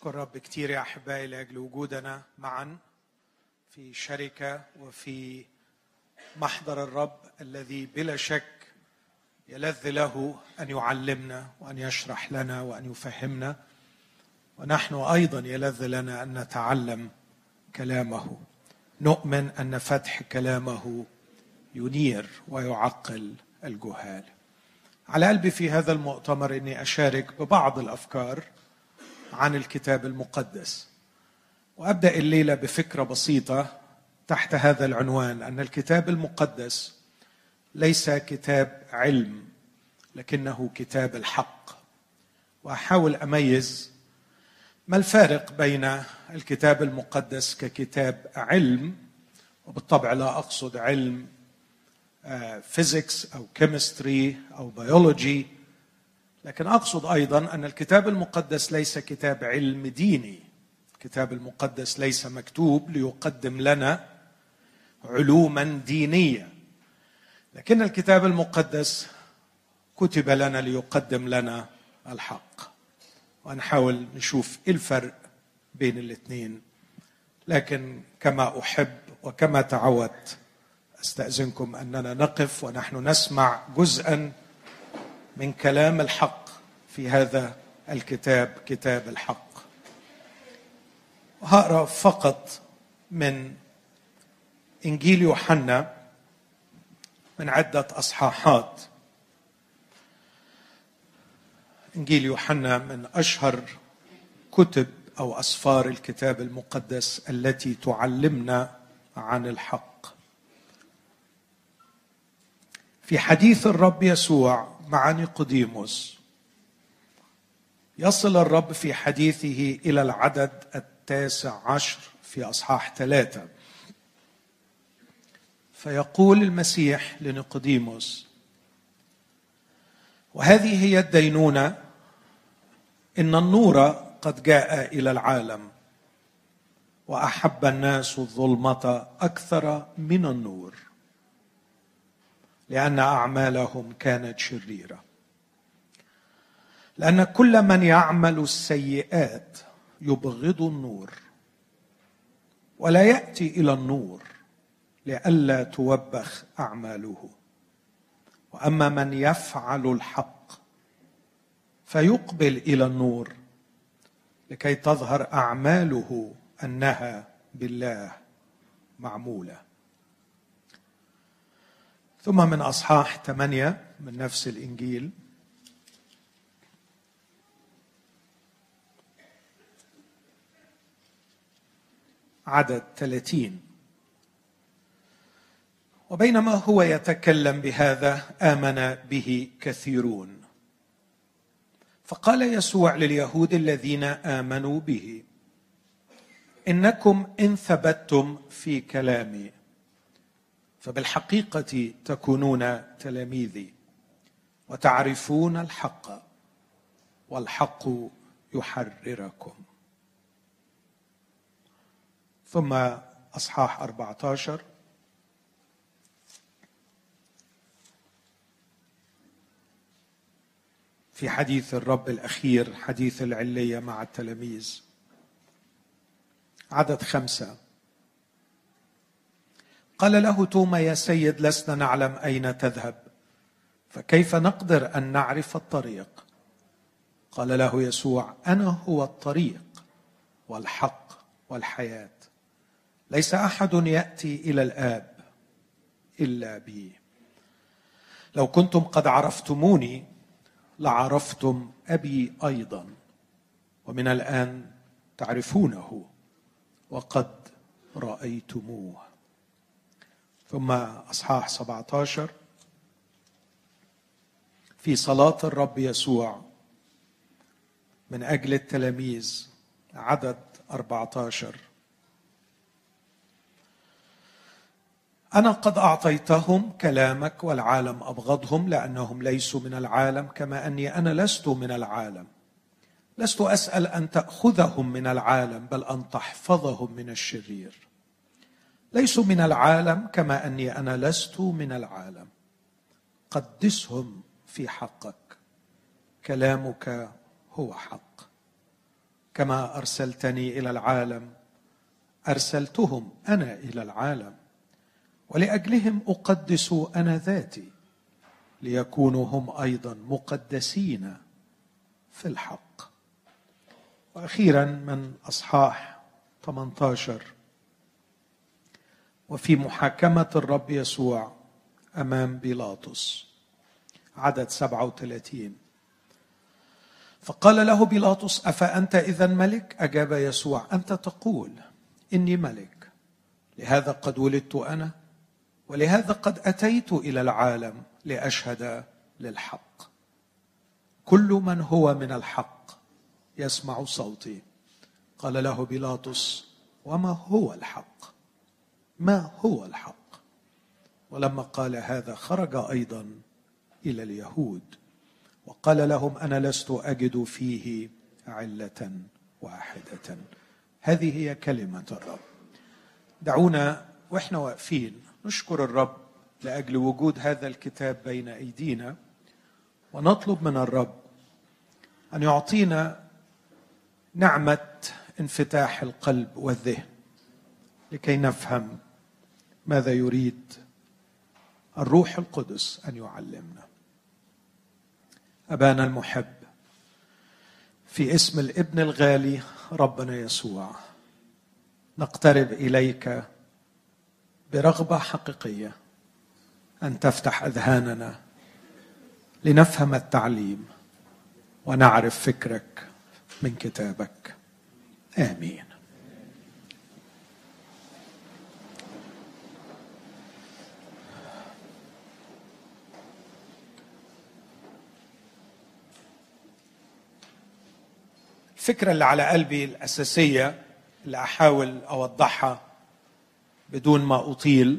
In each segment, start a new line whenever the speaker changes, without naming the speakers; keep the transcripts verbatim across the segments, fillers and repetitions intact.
أشكر رب كتير يا أحبائي لأجل وجودنا معا في شركة وفي محضر الرب الذي بلا شك يلذ له أن يعلمنا وأن يشرح لنا وأن يفهمنا، ونحن أيضا يلذ لنا أن نتعلم كلامه. نؤمن أن فتح كلامه ينير ويعقل الجهال. على قلبي في هذا المؤتمر أني أشارك ببعض الأفكار عن الكتاب المقدس، وأبدأ الليلة بفكرة بسيطة تحت هذا العنوان: أن الكتاب المقدس ليس كتاب علم لكنه كتاب الحق. وأحاول أميز ما الفارق بين الكتاب المقدس ككتاب علم، وبالطبع لا أقصد علم فيزيكس أو كيمستري أو بيولوجي، لكن أقصد أيضا أن الكتاب المقدس ليس كتاب علم ديني. الكتاب المقدس ليس مكتوب ليقدم لنا علوما دينية، لكن الكتاب المقدس كتب لنا ليقدم لنا الحق. ونحاول نشوف إيه الفرق بين الاثنين، لكن كما أحب وكما تعودت أستأذنكم أننا نقف ونحن نسمع جزءا من كلام الحق في هذا الكتاب، كتاب الحق. وهقرأ فقط من إنجيل يوحنا من عدة أصحاحات. إنجيل يوحنا من أشهر كتب أو أسفار الكتاب المقدس التي تعلمنا عن الحق. في حديث الرب يسوع مع نيقوديموس، يصل الرب في حديثه إلى العدد التاسع عشر في أصحاح ثلاثة، فيقول المسيح لنيقوديموس: وهذه هي الدينونة، إن النور قد جاء إلى العالم، وأحب الناس الظلمة أكثر من النور، لأن أعمالهم كانت شريرة. لأن كل من يعمل السيئات يبغض النور ولا يأتي إلى النور لئلا توبخ أعماله. وأما من يفعل الحق فيقبل إلى النور لكي تظهر أعماله أنها بالله معمولة. ثم من أصحاح ثمانية من نفس الإنجيل، عدد ثلاثين: وبينما هو يتكلم بهذا آمن به كثيرون، فقال يسوع لليهود الذين آمنوا به: إنكم إن ثبتتم في كلامي فبالحقيقة تكونون تلاميذي، وتعرفون الحق والحق يحرركم. ثم أصحاح أربعة عشر، في حديث الرب الأخير، حديث العلية مع التلاميذ، عدد خمسة: قال له توما: يا سيد، لسنا نعلم أين تذهب، فكيف نقدر أن نعرف الطريق؟ قال له يسوع: أنا هو الطريق والحق والحياة، ليس أحد يأتي إلى الآب إلا بي. لو كنتم قد عرفتموني لعرفتم أبي أيضا، ومن الآن تعرفونه وقد رأيتموه. ثم أصحاح سبعة عشر، في صلاة الرب يسوع من أجل التلاميذ، عدد أربعة عشر: أنا قد أعطيتهم كلامك والعالم أبغضهم، لأنهم ليسوا من العالم كما أني أنا لست من العالم. لست أسأل أن تأخذهم من العالم، بل أن تحفظهم من الشرير. ليسوا من العالم كما أني أنا لست من العالم. قدسهم في حقك، كلامك هو حق. كما أرسلتني إلى العالم أرسلتهم أنا إلى العالم، ولأجلهم أقدس أنا ذاتي، ليكونوا هم أيضا مقدسين في الحق. وأخيرا من أصحاح ثمانية عشر، وفي محاكمة الرب يسوع أمام بيلاطس، عدد سبعة وثلاثين. فقال له بيلاطس: أفأنت إذن ملك؟ أجاب يسوع: أنت تقول إني ملك. لهذا قد ولدت أنا، ولهذا قد أتيت إلى العالم لأشهد للحق. كل من هو من الحق يسمع صوتي. قال له بيلاطس: وما هو الحق؟ ما هو الحق؟ ولما قال هذا خرج أيضا إلى اليهود وقال لهم: أنا لست أجد فيه علة واحدة. هذه هي كلمة الرب. دعونا وإحنا واقفين نشكر الرب لأجل وجود هذا الكتاب بين أيدينا، ونطلب من الرب أن يعطينا نعمة انفتاح القلب والذهن لكي نفهم ماذا يريد الروح القدس أن يعلمنا. أبانا المحب، في اسم الابن الغالي ربنا يسوع، نقترب إليك برغبة حقيقية أن تفتح أذهاننا لنفهم التعليم ونعرف فكرك من كتابك. آمين. الفكرة اللي على قلبي الأساسية اللي أحاول أوضحها بدون ما أطيل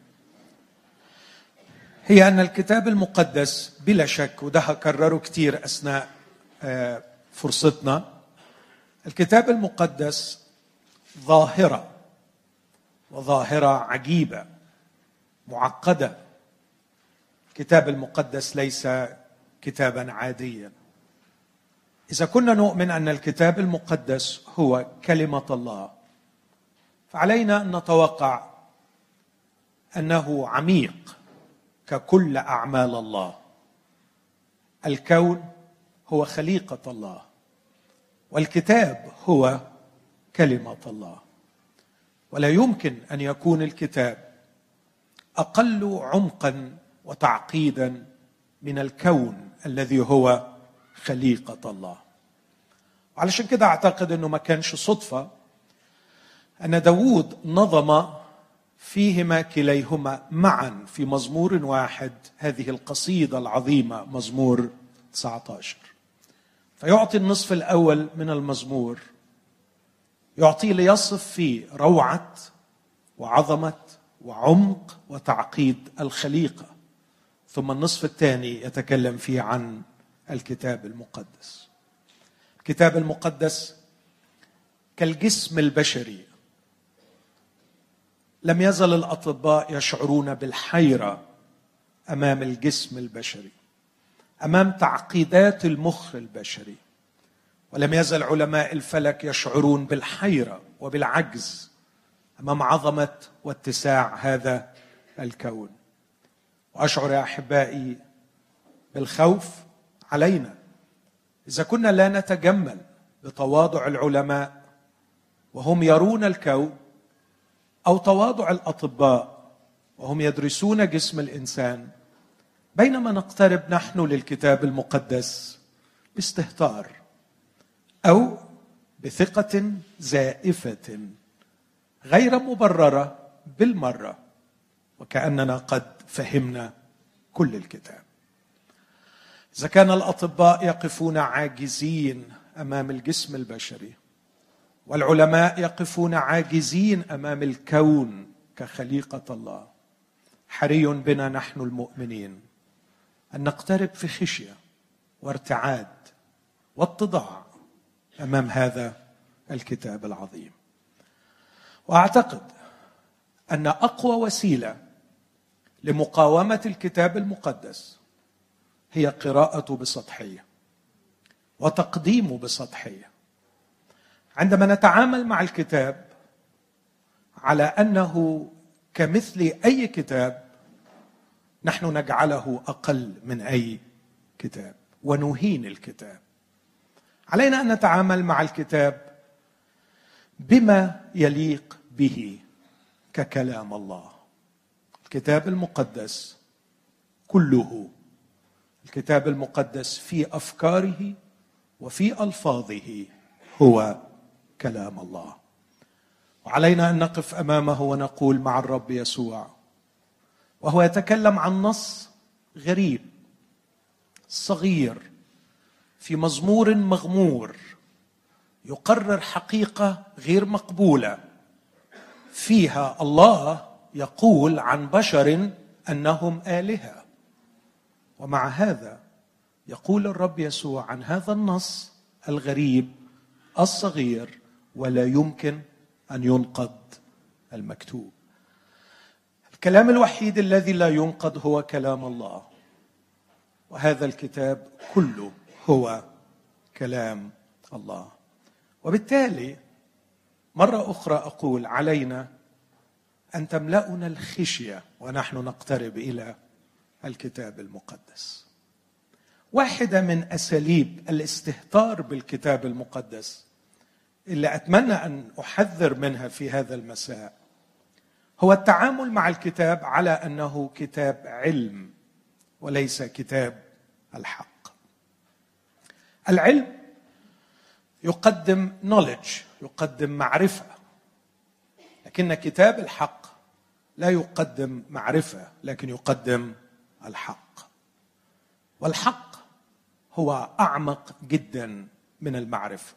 هي أن الكتاب المقدس بلا شك، وده هكرره كتير أثناء فرصتنا، الكتاب المقدس ظاهرة، وظاهرة عجيبة معقدة. الكتاب المقدس ليس كتابا عاديا. إذا كنا نؤمن أن الكتاب المقدس هو كلمة الله، فعلينا أن نتوقع أنه عميق ككل أعمال الله. الكون هو خليقة الله، والكتاب هو كلمة الله، ولا يمكن أن يكون الكتاب أقل عمقا وتعقيدا من الكون الذي هو خليقة الله. وعلشان كده أعتقد أنه ما كانش صدفة أن داود نظم فيهما كليهما معا في مزمور واحد هذه القصيدة العظيمة، مزمور تسعة عشر. فيعطي النصف الأول من المزمور يعطي ليصف فيه روعة وعظمة وعمق وتعقيد الخليقة، ثم النصف الثاني يتكلم فيه عن الكتاب المقدس. الكتاب المقدس كالجسم البشري. لم يزل الأطباء يشعرون بالحيرة أمام الجسم البشري، أمام تعقيدات المخ البشري، ولم يزل علماء الفلك يشعرون بالحيرة وبالعجز أمام عظمة واتساع هذا الكون. وأشعر يا أحبائي بالخوف علينا إذا كنا لا نتجمل بتواضع العلماء وهم يرون الكون، أو تواضع الأطباء وهم يدرسون جسم الإنسان، بينما نقترب نحن للكتاب المقدس باستهتار أو بثقة زائفة غير مبررة بالمرة، وكأننا قد فهمنا كل الكتاب. إذا كان الأطباء يقفون عاجزين أمام الجسم البشري، والعلماء يقفون عاجزين أمام الكون كخليقة الله، حري بنا نحن المؤمنين أن نقترب في خشية وارتعاد واتضاع أمام هذا الكتاب العظيم. وأعتقد أن أقوى وسيلة لمقاومة الكتاب المقدس هي قراءته بسطحية وتقديمه بسطحية. عندما نتعامل مع الكتاب على أنه كمثل أي كتاب، نحن نجعله أقل من أي كتاب ونهين الكتاب. علينا أن نتعامل مع الكتاب بما يليق به ككلام الله. الكتاب المقدس كله، الكتاب المقدس في أفكاره وفي ألفاظه هو كلام الله، وعلينا أن نقف أمامه ونقول مع الرب يسوع وهو يتكلم عن نص غريب صغير في مزمور مغمور يقرر حقيقة غير مقبولة، فيها الله يقول عن بشر أنهم آلهة، ومع هذا يقول الرب يسوع عن هذا النص الغريب الصغير ولا يمكن أن ينقض المكتوب. الكلام الوحيد الذي لا ينقض هو كلام الله، وهذا الكتاب كله هو كلام الله. وبالتالي مرة أخرى أقول علينا أن تملأنا الخشية ونحن نقترب إلى الكتاب المقدس. واحدة من أساليب الاستهتار بالكتاب المقدس اللي أتمنى أن أحذر منها في هذا المساء هو التعامل مع الكتاب على أنه كتاب علم وليس كتاب الحق. العلم يقدم knowledge، يقدم معرفة، لكن كتاب الحق لا يقدم معرفة لكن يقدم الحق. والحق هو أعمق جدا من المعرفة.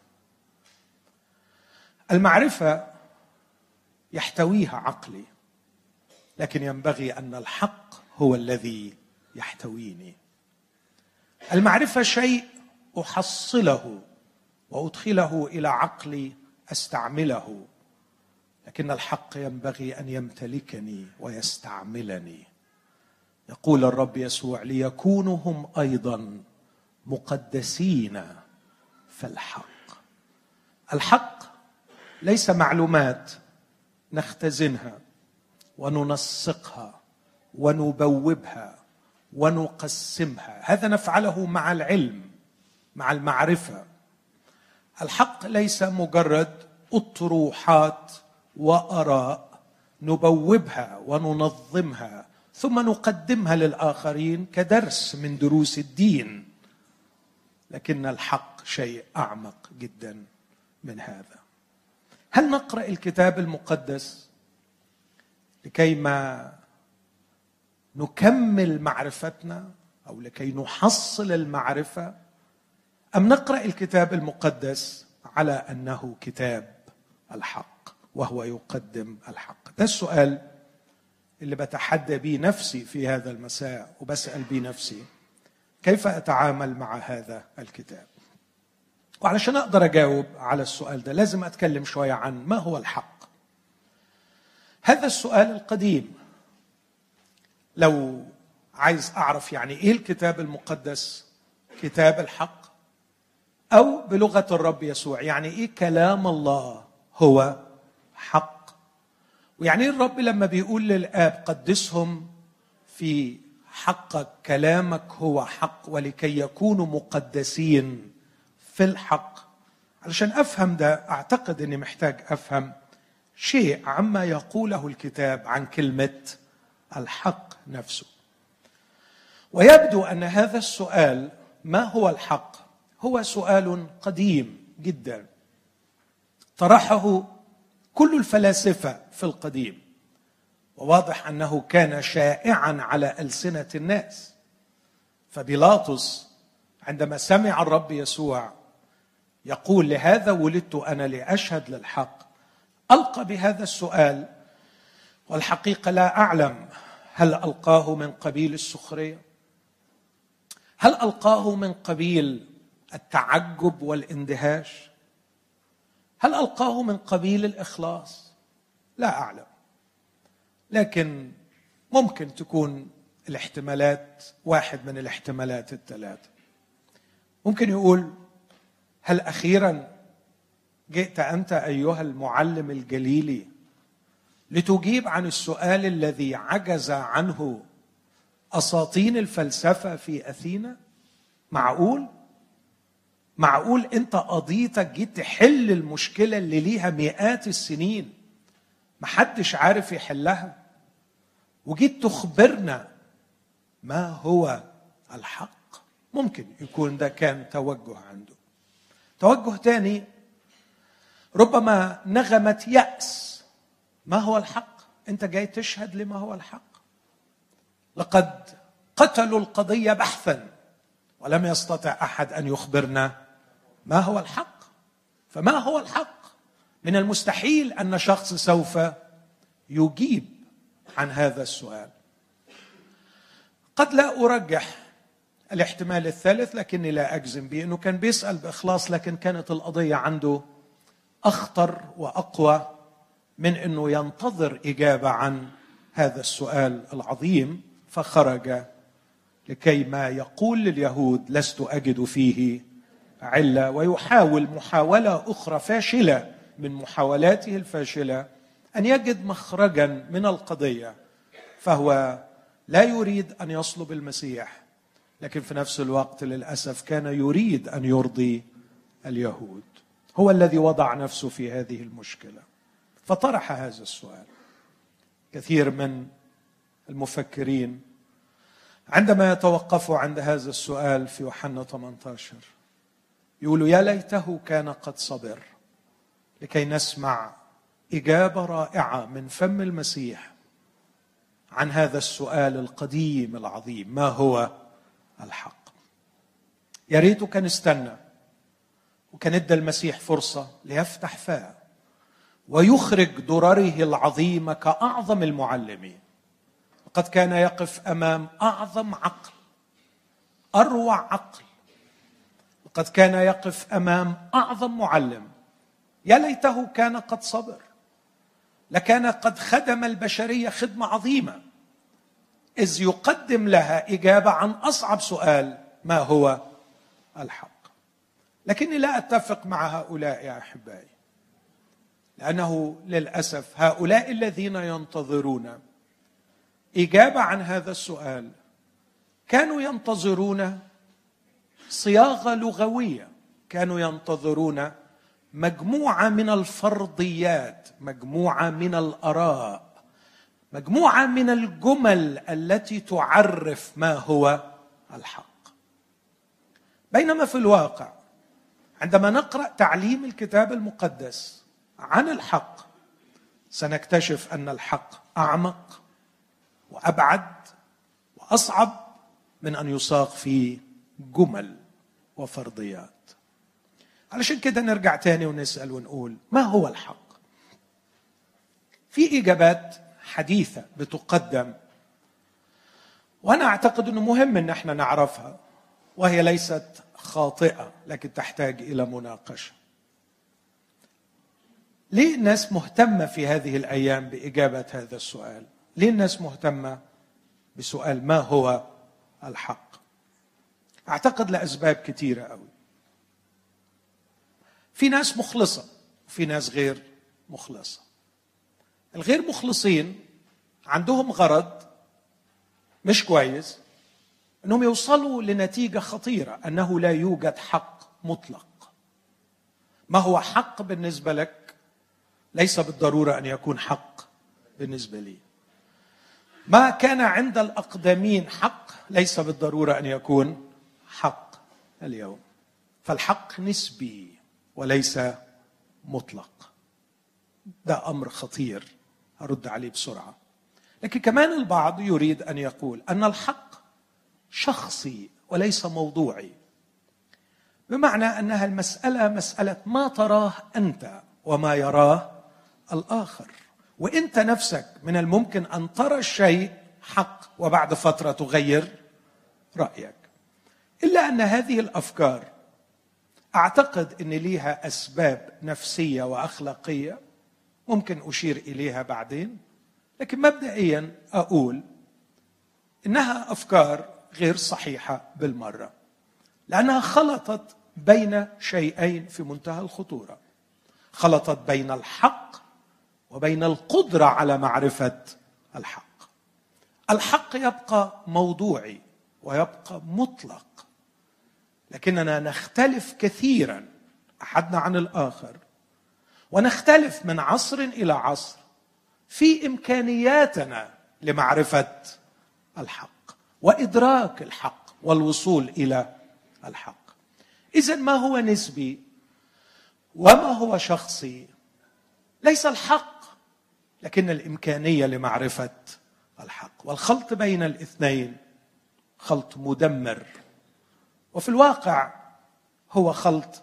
المعرفة يحتويها عقلي، لكن ينبغي أن الحق هو الذي يحتويني. المعرفة شيء أحصله وأدخله إلى عقلي أستعمله، لكن الحق ينبغي أن يمتلكني ويستعملني. يقول الرب يسوع ليكونوا هم أيضا مقدسين في الحق. الحق ليس معلومات نختزنها وننسقها ونبوبها ونقسمها، هذا نفعله مع العلم مع المعرفة. الحق ليس مجرد أطروحات وآراء نبوبها وننظمها ثم نقدمها للآخرين كدرس من دروس الدين، لكن الحق شيء أعمق جدا من هذا. هل نقرأ الكتاب المقدس لكيما نكمل معرفتنا أو لكي نحصل المعرفة، أم نقرأ الكتاب المقدس على أنه كتاب الحق وهو يقدم الحق؟ ده السؤال اللي بتحدى بيه نفسي في هذا المساء، وبسأل بيه نفسي كيف أتعامل مع هذا الكتاب. وعلشان أقدر أجاوب على السؤال ده لازم أتكلم شوية عن ما هو الحق. هذا السؤال القديم، لو عايز أعرف يعني إيه الكتاب المقدس كتاب الحق، أو بلغة الرب يسوع يعني إيه كلام الله هو حق، ويعني إيه الرب لما بيقول للآب قدسهم في حقك، كلامك هو حق ولكي يكونوا مقدسين في الحق. علشان أفهم ده أعتقد أني محتاج أفهم شيء عما يقوله الكتاب عن كلمة الحق نفسه. ويبدو أن هذا السؤال ما هو الحق هو سؤال قديم جدا طرحه كل الفلاسفة في القديم، وواضح أنه كان شائعا على ألسنة الناس. فبيلاطس عندما سمع الرب يسوع يقول لهذا ولدت أنا لأشهد للحق، ألقى بهذا السؤال، والحقيقة لا أعلم هل ألقاه من قبيل السخرية، هل ألقاه من قبيل التعجب والاندهاش، هل ألقاه من قبيل الإخلاص؟ لا أعلم، لكن ممكن تكون الاحتمالات واحد من الاحتمالات الثلاثة. ممكن يقول هل أخيرا جئت أنت أيها المعلم الجليلي لتجيب عن السؤال الذي عجز عنه أساطين الفلسفة في أثينا؟ معقول؟ معقول أنت قضيتك جيت تحل المشكلة اللي ليها مئات السنين محدش عارف يحلها، وجيت تخبرنا ما هو الحق؟ ممكن يكون ده كان توجه عنده. توجه تاني ربما نغمة يأس. ما هو الحق؟ أنت جاي تشهد لما هو الحق؟ لقد قتلوا القضية بحثا ولم يستطع أحد أن يخبرنا ما هو الحق. فما هو الحق؟ من المستحيل أن شخص سوف يجيب عن هذا السؤال. قد لا أرجح الاحتمال الثالث، لكني لا أجزم به أنه كان بيسأل بإخلاص، لكن كانت القضية عنده أخطر وأقوى من أنه ينتظر إجابة عن هذا السؤال العظيم، فخرج لكي ما يقول لليهود لست أجد فيه علة، ويحاول محاولة أخرى فاشلة من محاولاته الفاشلة أن يجد مخرجا من القضية. فهو لا يريد أن يصلب المسيح، لكن في نفس الوقت للأسف كان يريد أن يرضي اليهود. هو الذي وضع نفسه في هذه المشكلة فطرح هذا السؤال. كثير من المفكرين عندما يتوقفوا عند هذا السؤال في يوحنا ثمانية عشر يقولوا يا ليته كان قد صبر لكي نسمع إجابة رائعة من فم المسيح عن هذا السؤال القديم العظيم: ما هو الحق؟ يا ريته كان استنى وكان ادى المسيح فرصة ليفتح فاه ويخرج درره العظيمة كأعظم المعلمين. قد كان يقف أمام أعظم عقل، أروع عقل، وقد كان يقف أمام أعظم معلم. يا ليته كان قد صبر، لكان قد خدم البشرية خدمة عظيمة، إذ يقدم لها إجابة عن أصعب سؤال: ما هو الحق؟ لكني لا أتفق مع هؤلاء يا أحبائي، لأنه للأسف هؤلاء الذين ينتظرون إجابة عن هذا السؤال كانوا ينتظرون صياغة لغوية، كانوا ينتظرون مجموعة من الفرضيات، مجموعة من الآراء، مجموعة من الجمل التي تعرف ما هو الحق. بينما في الواقع عندما نقرأ تعليم الكتاب المقدس عن الحق سنكتشف أن الحق أعمق وأبعد وأصعب من أن يصاغ في جمل وفرضيات. علشان كده نرجع تاني ونسأل ونقول: ما هو الحق؟ في إجابات حديثة بتقدم، وأنا أعتقد أنه مهم أن احنا نعرفها، وهي ليست خاطئة لكن تحتاج إلى مناقشة. ليه الناس مهتمة في هذه الأيام بإجابة هذا السؤال؟ ليه الناس مهتمة بسؤال ما هو الحق؟ أعتقد لأسباب كتيرة قوي. في ناس مخلصة وفي ناس غير مخلصة. الغير مخلصين عندهم غرض مش كويس، أنهم يوصلوا لنتيجة خطيرة: أنه لا يوجد حق مطلق. ما هو حق بالنسبة لك ليس بالضرورة أن يكون حق بالنسبة لي. ما كان عند الأقدمين حق ليس بالضرورة أن يكون حق اليوم. فالحق نسبي وليس مطلق. ده أمر خطير هرد عليه بسرعة. لكن كمان البعض يريد أن يقول أن الحق شخصي وليس موضوعي، بمعنى أنها المسألة مسألة ما تراه أنت وما يراه الآخر، وأنت نفسك من الممكن أن ترى الشيء حق وبعد فترة تغير رأيك. إلا أن هذه الأفكار أعتقد أن ليها أسباب نفسية وأخلاقية ممكن أشير إليها بعدين، لكن مبدئيا أقول إنها أفكار غير صحيحة بالمرة، لأنها خلطت بين شيئين في منتهى الخطورة. خلطت بين الحق وبين القدرة على معرفة الحق. الحق يبقى موضوعي ويبقى مطلق، لكننا نختلف كثيرا أحدنا عن الآخر، ونختلف من عصر إلى عصر في إمكانياتنا لمعرفة الحق وإدراك الحق والوصول إلى الحق. إذن ما هو نسبي وما هو شخصي ليس الحق، لكن الإمكانية لمعرفة الحق. والخلط بين الاثنين خلط مدمر، وفي الواقع هو خلط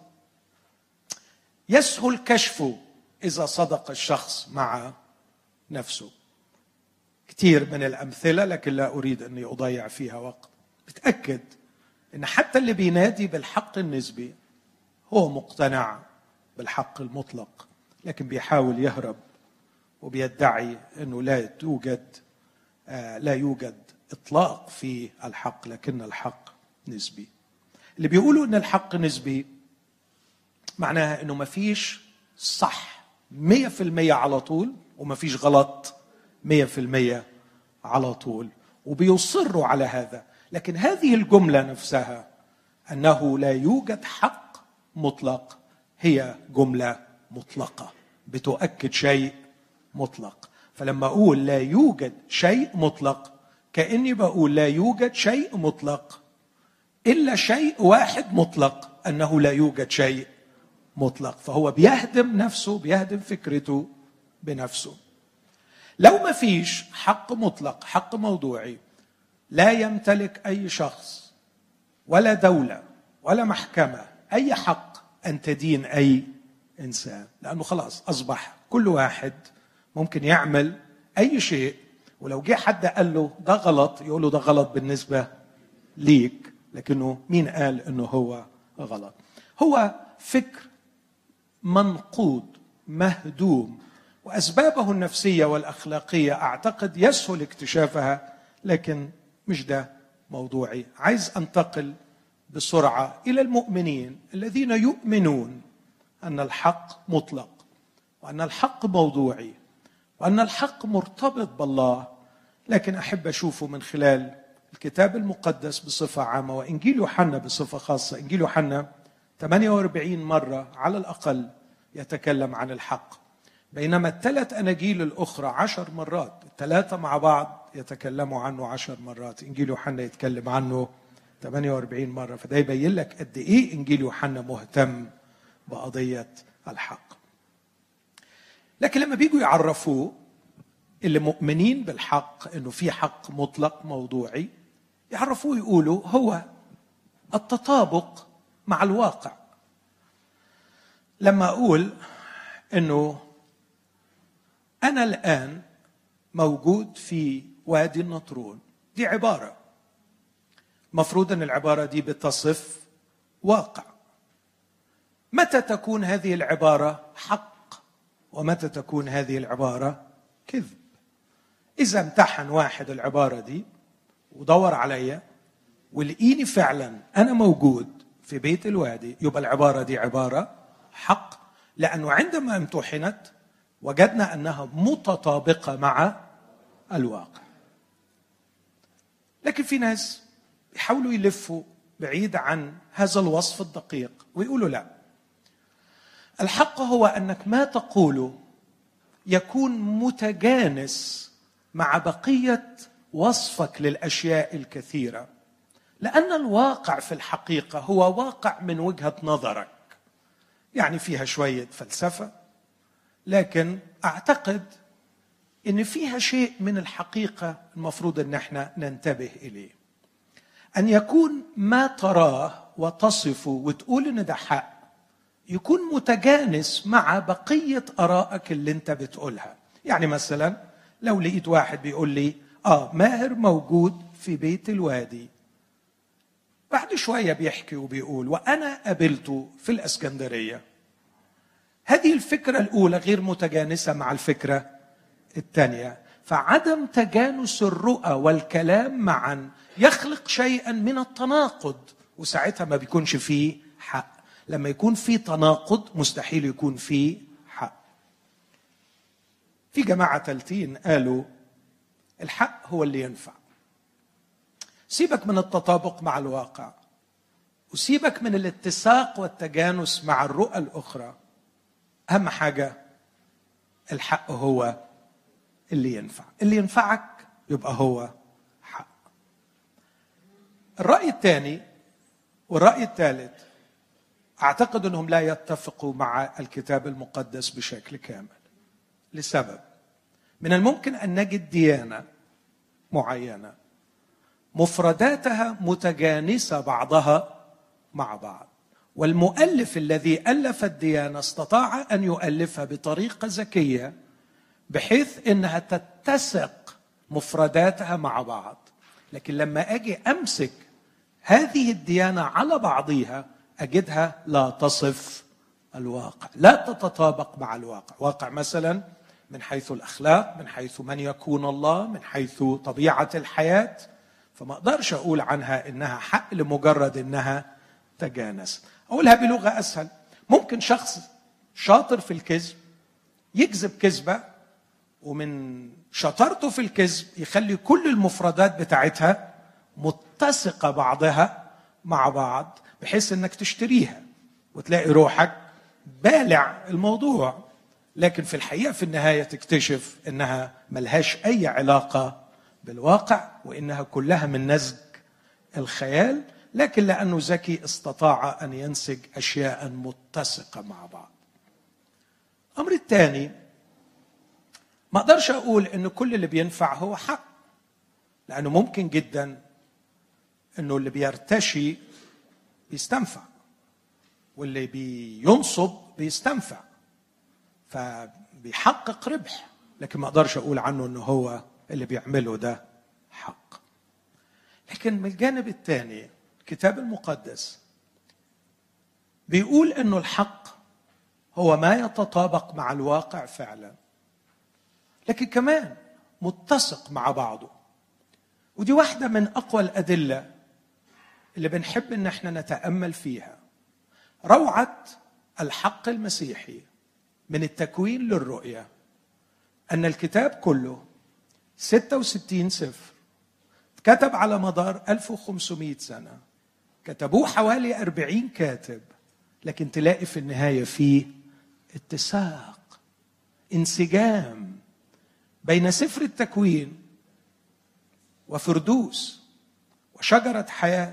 يسهل كشفه إذا صدق الشخص مع نفسه. كثير من الأمثلة، لكن لا أريد أني أضيع فيها وقت، بتأكد أن حتى اللي بينادي بالحق النسبي هو مقتنع بالحق المطلق، لكن بيحاول يهرب وبيدعي أنه لا توجد آه لا يوجد إطلاق في الحق، لكن الحق نسبي. اللي بيقولوا أن الحق نسبي معناها أنه ما فيش صح مية في المية على طول وما فيش غلط مية في المية على طول، وبيصروا على هذا. لكن هذه الجملة نفسها أنه لا يوجد حق مطلق هي جملة مطلقة بتؤكد شيء مطلق. فلما أقول لا يوجد شيء مطلق كأني بقول لا يوجد شيء مطلق إلا شيء واحد مطلق، أنه لا يوجد شيء مطلق. فهو بيهدم نفسه، بيهدم فكرته بنفسه. لو ما فيش حق مطلق، حق موضوعي، لا يمتلك أي شخص ولا دولة ولا محكمة أي حق أن تدين أي إنسان، لأنه خلاص أصبح كل واحد ممكن يعمل أي شيء، ولو جه حد قال له ده غلط يقول له ده غلط بالنسبة ليك، لكنه مين قال أنه هو غلط؟ هو فكر منقود مهدوم، وأسبابه النفسية والأخلاقية أعتقد يسهل اكتشافها، لكن مش ده موضوعي. عايز أنتقل بسرعة إلى المؤمنين الذين يؤمنون أن الحق مطلق، وأن الحق موضوعي، وأن الحق مرتبط بالله. لكن أحب أشوفه من خلال الكتاب المقدس بصفة عامة، وإنجيل يوحنا بصفة خاصة. إنجيل يوحنا ثمانية وأربعين مرة على الأقل يتكلم عن الحق، بينما الثلاث أناجيل الأخرى عشر مرات، الثلاثة مع بعض يتكلموا عنه عشر مرات. إنجيل يوحنا يتكلم عنه ثمانية وأربعين مرة، فده يبين لك قد إيه إنجيل يوحنا مهتم بقضية الحق. لكن لما بيجوا يعرفوه اللي مؤمنين بالحق إنه في حق مطلق موضوعي، يعرفوه يقولوا هو التطابق مع الواقع. لما أقول إنه أنا الآن موجود في وادي النطرون، دي عبارة مفروض أن العبارة دي بتصف واقع. متى تكون هذه العبارة حق ومتى تكون هذه العبارة كذب؟ إذا امتحن واحد العبارة دي ودور عليا ولقيني فعلا أنا موجود في بيت الوادي، يبقى العبارة دي عبارة حق، لأنه عندما امتحنت وجدنا أنها متطابقة مع الواقع. لكن في ناس يحاولوا يلفوا بعيد عن هذا الوصف الدقيق ويقولوا لا، الحق هو أنك ما تقوله يكون متجانس مع بقية وصفك للأشياء الكثيرة، لأن الواقع في الحقيقة هو واقع من وجهة نظرك، يعني فيها شوية فلسفة، لكن أعتقد إن فيها شيء من الحقيقة المفروض أن احنا ننتبه إليه. أن يكون ما تراه وتصفه وتقول إن ده حق يكون متجانس مع بقية آرائك اللي انت بتقولها. يعني مثلا لو لقيت واحد بيقول لي آه ماهر موجود في بيت الوادي، بعد شوية بيحكي وبيقول وأنا قابلته في الإسكندرية، هذه الفكرة الأولى غير متجانسة مع الفكرة الثانية. فعدم تجانس الرؤى والكلام معا يخلق شيئا من التناقض، وساعتها ما بيكونش فيه حق. لما يكون فيه تناقض مستحيل يكون فيه في جماعة تالتين قالوا الحق هو اللي ينفع. سيبك من التطابق مع الواقع، وسيبك من الاتساق والتجانس مع الرؤى الأخرى. أهم حاجة الحق هو اللي ينفع، اللي ينفعك يبقى هو حق. الرأي الثاني والرأي الثالث أعتقد أنهم لا يتفقوا مع الكتاب المقدس بشكل كامل، لسبب: من الممكن أن نجد ديانة معينة مفرداتها متجانسة بعضها مع بعض، والمؤلف الذي ألف الديانة استطاع أن يؤلفها بطريقة ذكية بحيث أنها تتسق مفرداتها مع بعض. لكن لما أجي أمسك هذه الديانة على بعضها أجدها لا تصف الواقع، لا تتطابق مع الواقع. واقع مثلا من حيث الأخلاق، من حيث من يكون الله، من حيث طبيعة الحياة، فما أقدرش أقول عنها إنها حق لمجرد إنها تجانس. أقولها بلغة أسهل: ممكن شخص شاطر في الكذب يكذب كذبة، ومن شطارته في الكذب يخلي كل المفردات بتاعتها متسقة بعضها مع بعض بحيث إنك تشتريها وتلاقي روحك بالع الموضوع، لكن في الحقيقة في النهاية تكتشف إنها ملهاش أي علاقة بالواقع، وإنها كلها من نسج الخيال، لكن لأنه ذكي استطاع أن ينسج أشياء متسقة مع بعض. الأمر الثاني، ما أقدرش أقول إن كل اللي بينفع هو حق، لأنه ممكن جدا إنه اللي بيرتشي بيستنفع، واللي بينصب بيستنفع، فبيحقق ربح، لكن ما أقدرش أقول عنه إنه هو اللي بيعمله ده حق. لكن من الجانب الثاني الكتاب المقدس بيقول إنه الحق هو ما يتطابق مع الواقع فعلا، لكن كمان متسق مع بعضه. ودي واحدة من أقوى الأدلة اللي بنحب إن احنا نتأمل فيها. روعة الحق المسيحي من التكوين للرؤية أن الكتاب كله ستة وستين سفر كتب على مدار ألف وخمسمائة سنة، كتبوه حوالي أربعين كاتب، لكن تلاقي في النهاية فيه اتساق، انسجام بين سفر التكوين وفردوس وشجرة حياة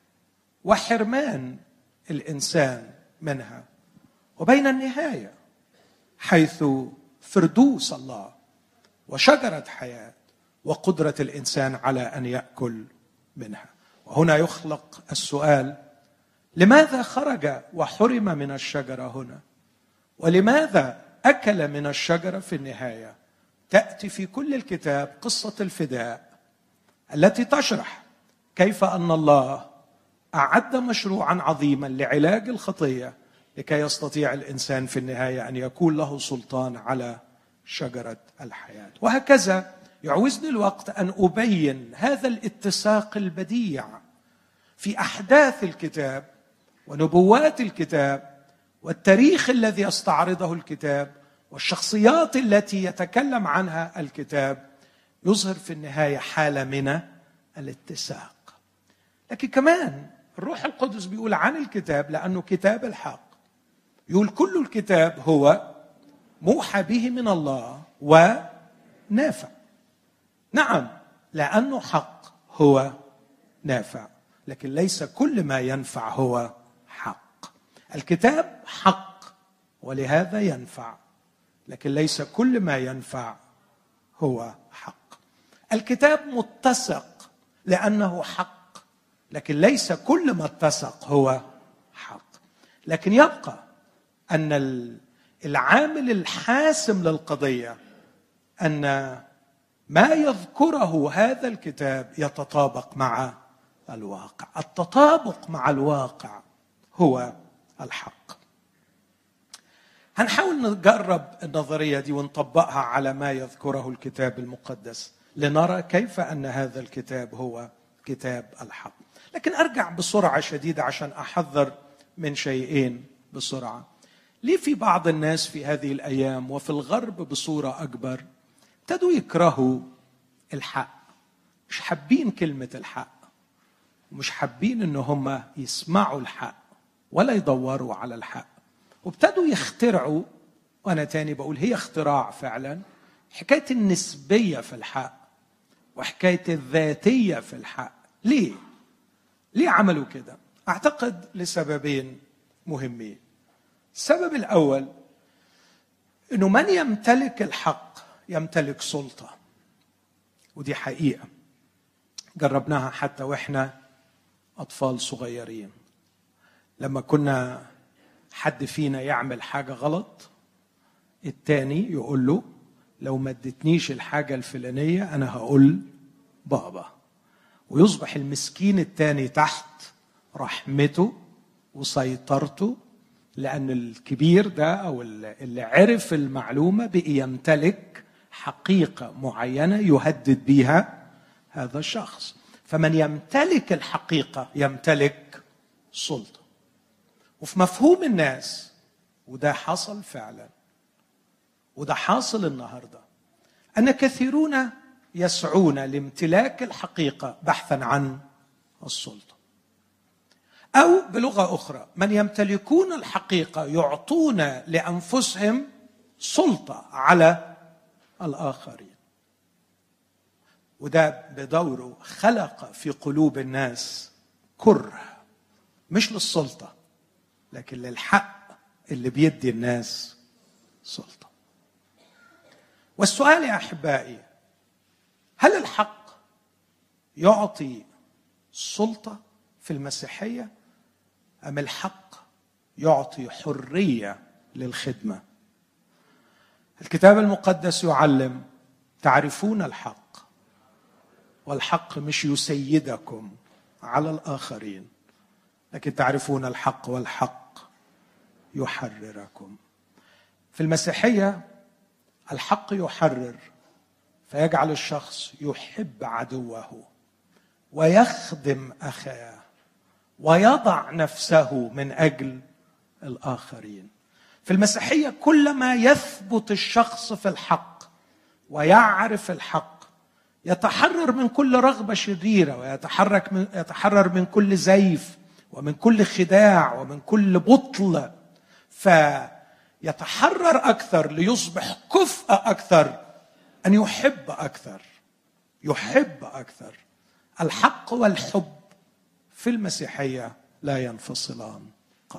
وحرمان الإنسان منها، وبين النهاية حيث فردوس الله وشجرة حياة وقدرة الإنسان على أن يأكل منها. وهنا يخلق السؤال: لماذا خرج وحرم من الشجرة هنا؟ ولماذا أكل من الشجرة في النهاية؟ تأتي في كل الكتاب قصة الفداء التي تشرح كيف أن الله أعد مشروعا عظيما لعلاج الخطية لكي يستطيع الإنسان في النهاية أن يكون له سلطان على شجرة الحياة. وهكذا يعوزني الوقت أن أبين هذا الاتساق البديع في أحداث الكتاب ونبوات الكتاب والتاريخ الذي يستعرضه الكتاب والشخصيات التي يتكلم عنها الكتاب، يظهر في النهاية حالة من الاتساق. لكن كمان الروح القدس بيقول عن الكتاب لأنه كتاب الحق، يقول كل الكتاب هو موحى به من الله ونافع. نعم، لأنه حق هو نافع، لكن ليس كل ما ينفع هو حق. الكتاب حق ولهذا ينفع، لكن ليس كل ما ينفع هو حق. الكتاب متسق لأنه حق، لكن ليس كل ما اتسق هو حق. لكن يبقى أن العامل الحاسم للقضية أن ما يذكره هذا الكتاب يتطابق مع الواقع. التطابق مع الواقع هو الحق. هنحاول نجرب النظرية دي ونطبقها على ما يذكره الكتاب المقدس لنرى كيف أن هذا الكتاب هو كتاب الحق. لكن أرجع بسرعة شديدة عشان أحذر من شيئين بسرعة. ليه في بعض الناس في هذه الأيام وفي الغرب بصورة أكبر ابتدوا يكرهوا الحق، مش حابين كلمة الحق، ومش حابين ان هم يسمعوا الحق ولا يدوروا على الحق، وابتدوا يخترعوا. وانا تاني بقول هي اختراع فعلا، حكاية النسبية في الحق وحكاية الذاتية في الحق. ليه؟ ليه عملوا كده؟ اعتقد لسببين مهمين. السبب الاول انه من يمتلك الحق يمتلك سلطة، ودي حقيقة جربناها حتى واحنا اطفال صغيرين. لما كنا حد فينا يعمل حاجة غلط، التاني يقول له لو ما ادتنيش الحاجة الفلانية انا هقول بابا، ويصبح المسكين التاني تحت رحمته وسيطرته، لأن الكبير ده أو اللي عرف المعلومة بقي يمتلك حقيقة معينة يهدد بيها هذا الشخص. فمن يمتلك الحقيقة يمتلك سلطة. وفي مفهوم الناس، وده حصل فعلا، وده حاصل النهاردة، أن كثيرون يسعون لامتلاك الحقيقة بحثا عن السلطة. أو بلغة أخرى، من يمتلكون الحقيقة يعطون لأنفسهم سلطة على الآخرين. وده بدوره خلق في قلوب الناس كره، مش للسلطة لكن للحق اللي بيدي الناس سلطة. والسؤال يا أحبائي، هل الحق يعطي سلطة في المسيحية أم الحق يعطي حرية للخدمة؟ الكتاب المقدس يعلم تعرفون الحق والحق مش يسيدكم على الآخرين، لكن تعرفون الحق والحق يحرركم. في المسيحية الحق يحرر، فيجعل الشخص يحب عدوه ويخدم أخاه ويضع نفسه من أجل الآخرين. في المسيحية كلما يثبت الشخص في الحق ويعرف الحق يتحرر من كل رغبة شريرة، ويتحرك من يتحرر من كل زيف ومن كل خداع ومن كل بطل، فيتحرر أكثر ليصبح كفء أكثر أن يحب أكثر. يحب أكثر. الحق والحب في المسيحية لا ينفصلان قط.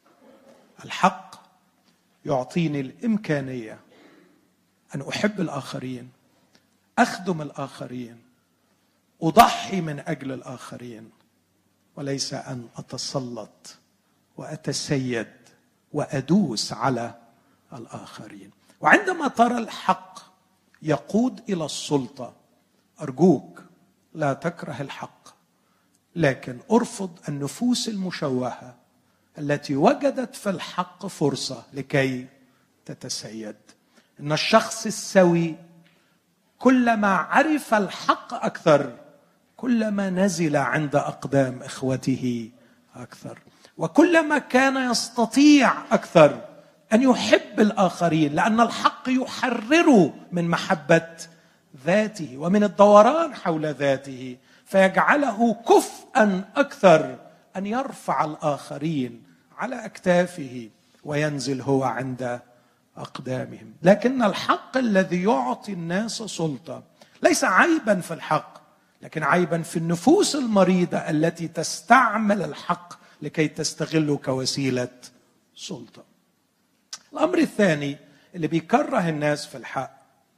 الحق يعطيني الإمكانية أن أحب الآخرين، أخدم الآخرين، أضحي من أجل الآخرين، وليس أن أتسلط وأتسيد وأدوس على الآخرين. وعندما ترى الحق يقود إلى السلطة، أرجوك لا تكره الحق، لكن أرفض النفوس المشوهة التي وجدت في الحق فرصة لكي تتسيد. إن الشخص السوي كلما عرف الحق أكثر كلما نزل عند أقدام إخوته أكثر، وكلما كان يستطيع أكثر أن يحب الآخرين، لأن الحق يحرره من محبة ذاته ومن الدوران حول ذاته، فيجعله كفءا أكثر أن يرفع الآخرين على أكتافه وينزل هو عند أقدامهم. لكن الحق الذي يعطي الناس سلطة ليس عيبا في الحق، لكن عيبا في النفوس المريضة التي تستعمل الحق لكي تستغله كوسيلة سلطة. الأمر الثاني اللي بيكره الناس في الحق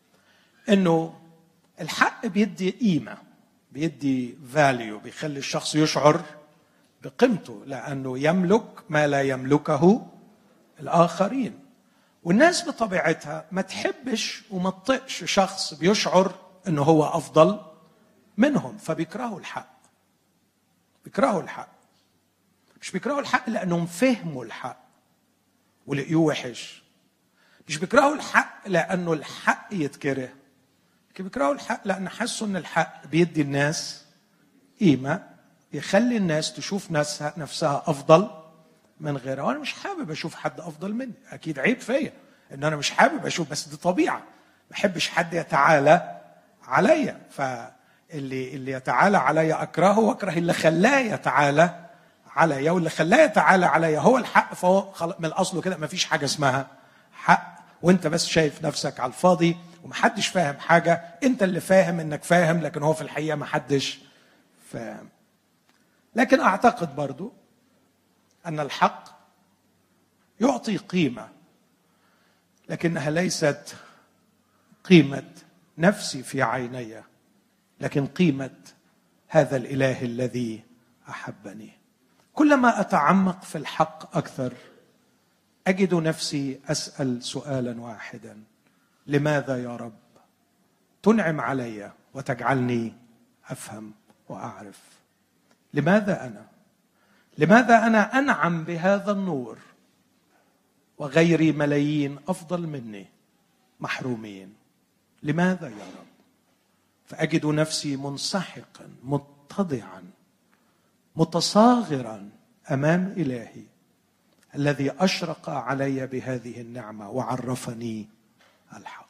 إنه الحق بيدي قيمة، بيدي فاليو، بيخلي الشخص يشعر بقيمته لأنه يملك ما لا يملكه الآخرين. والناس بطبيعتها ما تحبش وما تطقش شخص بيشعر إنه هو أفضل منهم، فبيكرهوا الحق. بيكرهوا الحق، مش بيكرهوا الحق لأنهم فهموا الحق ولقيوه وحش، مش بيكرهوا الحق لأنه الحق يتكره، لكن بيكرهوا الحق لأن حسوا إن الحق بيدي الناس قيمة، يخلي الناس تشوف نفسها نفسها أفضل من غيرها. وأنا مش حابب أشوف حد أفضل مني، أكيد عيب فيا إن أنا مش حابب أشوف، بس دي طبيعة. ما احبش حد يتعالى عليا، فاللي اللي يتعالى عليا اكرهه، واكره اللي خلاه يتعالى عليا، واللي خلاه يتعالى عليا هو الحق، فهو من الاصل كده ما فيش حاجه اسمها حق، وانت بس شايف نفسك على الفاضي ومحدش فاهم حاجه، انت اللي فاهم انك فاهم، لكن هو في الحقيقه محدش فاهم. لكن اعتقد برضو ان الحق يعطي قيمه، لكنها ليست قيمه نفسي في عيني، لكن قيمه هذا الاله الذي احبني. كلما اتعمق في الحق اكثر اجد نفسي اسال سؤالا واحدا: لماذا يا رب تنعم علي وتجعلني افهم واعرف؟ لماذا انا لماذا انا انعم بهذا النور وغيري ملايين افضل مني محرومين؟ لماذا يا رب؟ فاجد نفسي منسحقا متضعا متصاغرا امام الهي الذي اشرق علي بهذه النعمه وعرفني الحق.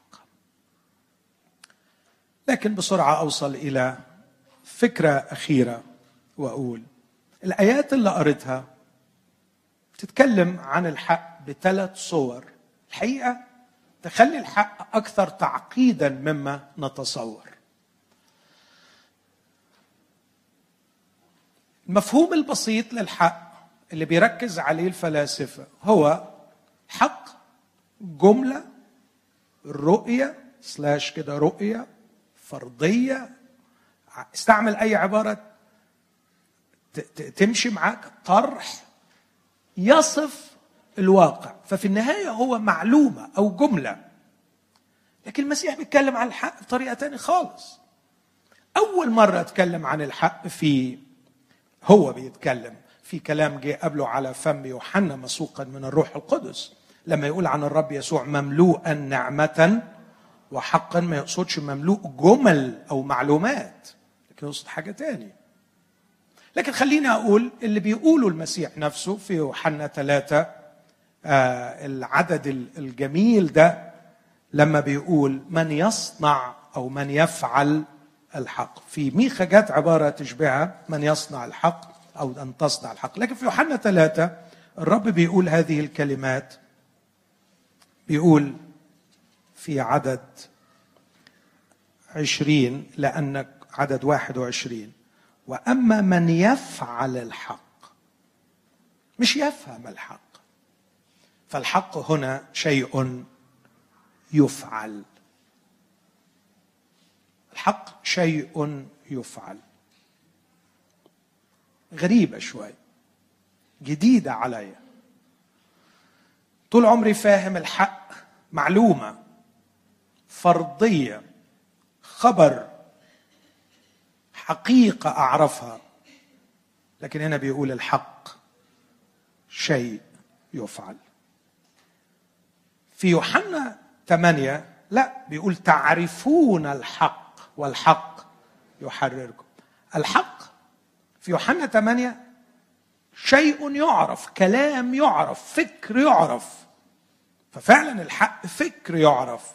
لكن بسرعه اوصل الى فكره اخيره واقول: الايات اللي قريتها تتكلم عن الحق بثلاث صور، الحقيقه تخلي الحق اكثر تعقيدا مما نتصور. المفهوم البسيط للحق اللي بيركز عليه الفلاسفه هو حق جمله، رؤيه سلاش كده رؤيه فرضيه، استعمل اي عباره تمشي معاك، طرح يصف الواقع، ففي النهايه هو معلومه او جمله. لكن المسيح بيتكلم عن الحق بطريقه تانية خالص. اول مره اتكلم عن الحق في هو بيتكلم في كلام جه قبله على فم يوحنا مسوقا من الروح القدس، لما يقول عن الرب يسوع مملوءا نعمة وحقا، ما يقصدش مملوء جمل أو معلومات، لكن يقصد حاجة تانية. لكن خليني أقول اللي بيقوله المسيح نفسه في يوحنا ثلاثة، آه العدد الجميل ده، لما بيقول من يصنع أو من يفعل الحق. في ميخا جات عبارة تشبهها من يصنع الحق أو أن تصنع الحق، لكن في يوحنا ثلاثة الرب بيقول هذه الكلمات، بيقول في عدد عشرين، لأنك عدد واحد وعشرين: وأما من يفعل الحق، مش يفهم الحق، فالحق هنا شيء يفعل. الحق شيء يفعل. غريبة شوي، جديدة عليا. طول عمري فاهم الحق معلومة فرضية، خبر، حقيقة أعرفها، لكن هنا بيقول الحق شيء يفعل. في يوحنا ثمانية لا، بيقول تعرفون الحق والحق يحرركم. الحق في يوحنا ثمانية شيء يعرف، كلام يعرف، فكر يعرف، ففعلا الحق فكر يعرف،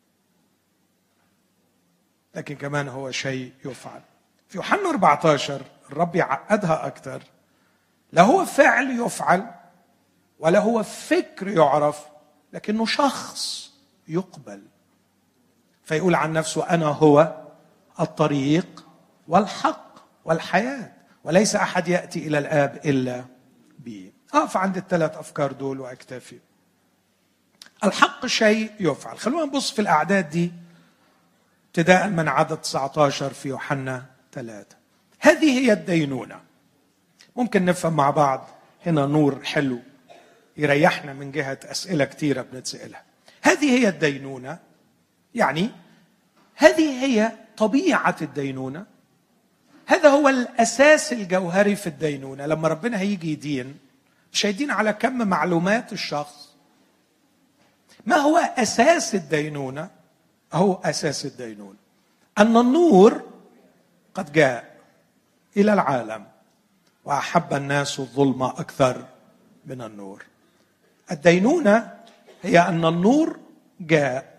لكن كمان هو شيء يفعل. في يوحنا أربعة عشر الرب يعقدها أكثر، لا هو فعل يفعل ولا هو فكر يعرف، لكنه شخص يقبل. فيقول عن نفسه أنا هو الطريق والحق والحياة، وليس أحد يأتي إلى الآب إلا بي. أقف عند الثلاث أفكار دول وأكتفي. الحق شيء يفعل. خلونا نبص في الأعداد دي ابتداء من عدد تسعة عشر في يوحنا ثلاثة. هذه هي الدينونة. ممكن نفهم مع بعض هنا نور حلو يريحنا من جهة أسئلة كتيرة بنتسألها. هذه هي الدينونة، يعني هذه هي طبيعة الدينونة، هذا هو الأساس الجوهري في الدينونة. لما ربنا هيجي يدين مش هيدين على كم معلومات الشخص. ما هو أساس الدينونة؟ هو أساس الدينونة أن النور قد جاء إلى العالم وأحب الناس الظلم أكثر من النور. الدينونة هي أن النور جاء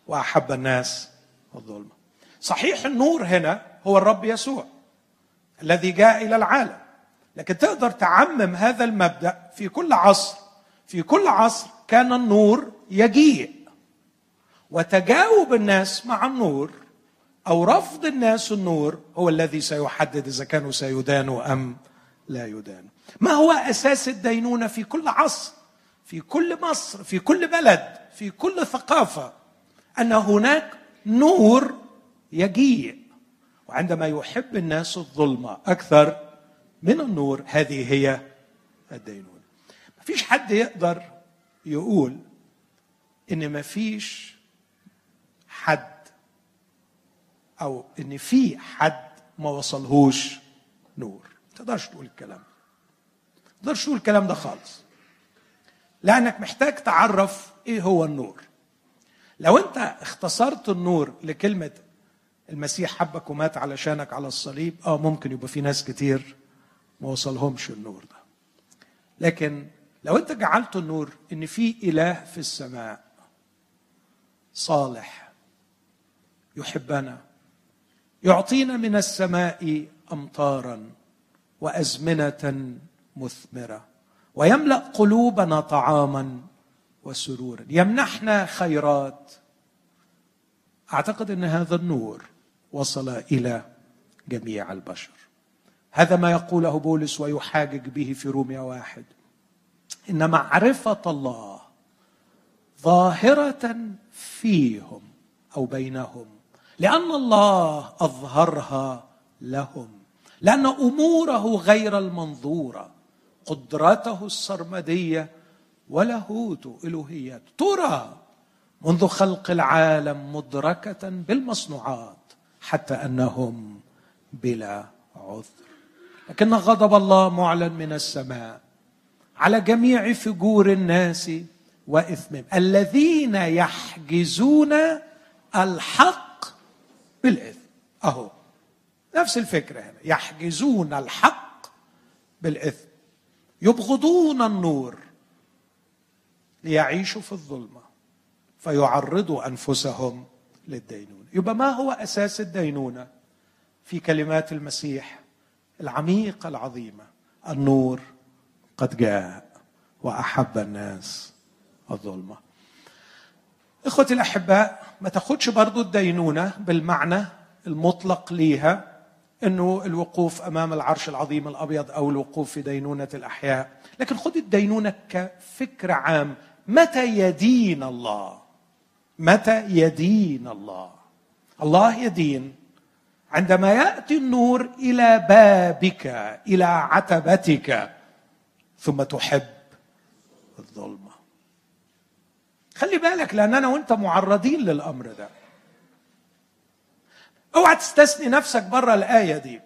وأحب الناس الظلمة. صحيح النور هنا هو الرب يسوع الذي جاء إلى العالم، لكن تقدر تعمم هذا المبدأ في كل عصر. في كل عصر كان النور يجيء، وتجاوب الناس مع النور أو رفض الناس النور هو الذي سيحدد إذا كانوا سيدانوا أم لا يدانوا. ما هو أساس الدينونة في كل عصر، في كل مصر، في كل بلد، في كل ثقافة؟ أن هناك نور يجيء، وعندما يحب الناس الظلمة أكثر من النور هذه هي الدينونة. ما فيش حد يقدر يقول إن ما فيش حد أو إن في حد ما وصلهوش نور. ما تقدرش تقول الكلام ده، ما تقدرش تقول الكلام ده خالص، لأنك محتاج تعرف إيه هو النور. لو أنت اختصرت النور لكلمة المسيح حبك ومات علشانك على الصليب، آه ممكن يبقى في ناس كتير ما وصلهمش النور ده. لكن لو أنت جعلت النور إن في إله في السماء صالح يحبنا، يعطينا من السماء أمطارا وأزمنة مثمرة، ويملأ قلوبنا طعاما وسرورا، يمنحنا خيرات. أعتقد أن هذا النور وصل إلى جميع البشر. هذا ما يقوله بولس ويحاجج به في رومية واحد، إن معرفة الله ظاهرة فيهم أو بينهم، لأن الله أظهرها لهم، لأن أموره غير المنظورة، قدرته السرمدية ولاهوته إلهيته ترى منذ خلق العالم مدركة بالمصنوعات، حتى أنهم بلا عذر. لكن غضب الله معلن من السماء على جميع فجور الناس وإثمهم الذين يحجزون الحق بالإثم. أهو نفس الفكرة هنا، يحجزون الحق بالإثم، يبغضون النور ليعيشوا في الظلمة فيعرضوا أنفسهم للدينونة. يبقى ما هو أساس الدينونة؟ في كلمات المسيح العميقة العظيمة: النور قد جاء وأحب الناس الظلمة. إخوتي الأحباء، ما تاخدش برضو الدينونة بالمعنى المطلق ليها، إنه الوقوف أمام العرش العظيم الأبيض أو الوقوف في دينونة الأحياء، لكن خد الدينونة كفكر عام. متى يدين الله؟ متى يدين الله؟ الله يدين عندما يأتي النور إلى بابك، إلى عتبتك، ثم تحب الظلمة. خلي بالك، لأن أنا وأنت معرضين للأمر ده. اوعى تستثني نفسك برا الآية دي.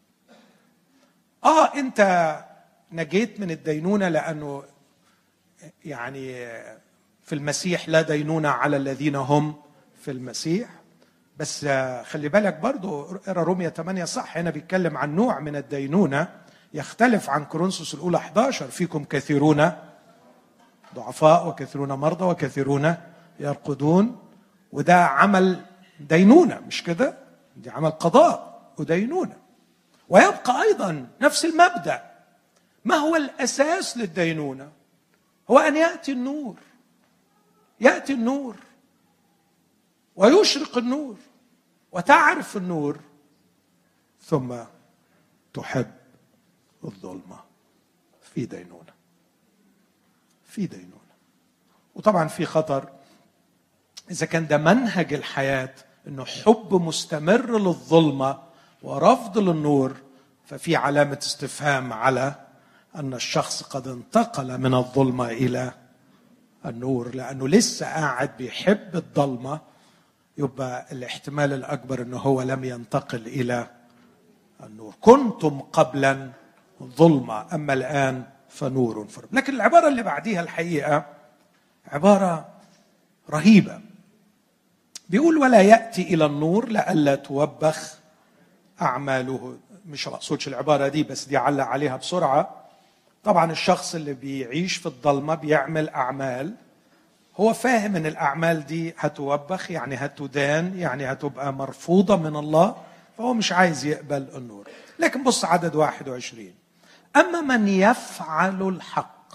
آه أنت نجيت من الدينونة لأنه يعني في المسيح لا دينونة على الذين هم في المسيح، بس خلي بالك برضو اقرا رومية ثمانية صح، هنا بيتكلم عن نوع من الدينونة يختلف عن كورنثوس الأولى أحد عشر: فيكم كثيرون ضعفاء وكثيرون مرضى وكثيرون يرقدون. وده عمل دينونة، مش كده؟ دي عمل قضاء ودينونة. ويبقى أيضا نفس المبدأ. ما هو الأساس للدينونة؟ هو أن يأتي النور، يأتي النور ويشرق النور وتعرف النور، ثم تحب الظلمة. في دينونة، في دينونة. وطبعا في خطر إذا كان ده منهج الحياة، إنه حب مستمر للظلمة ورفض للنور، ففي علامة استفهام على أن الشخص قد انتقل من الظلمة إلى النور، لأنه لسه قاعد بيحب الظلمة. يبقى الاحتمال الأكبر أنه هو لم ينتقل إلى النور. كنتم قبلا ظلمة، أما الآن فنور فرب. لكن العبارة اللي بعديها الحقيقة عبارة رهيبة. بيقول: ولا يأتي إلى النور لئلا توبخ أعماله. مش مقصودش العبارة دي، بس دي علق عليها بسرعة. طبعا الشخص اللي بيعيش في الظلمة بيعمل أعمال هو فاهم ان الاعمال دي هتوبخ، يعني هتدان، يعني هتبقى مرفوضة من الله، فهو مش عايز يقبل النور. لكن بص عدد واحد وعشرين: أما من يفعل الحق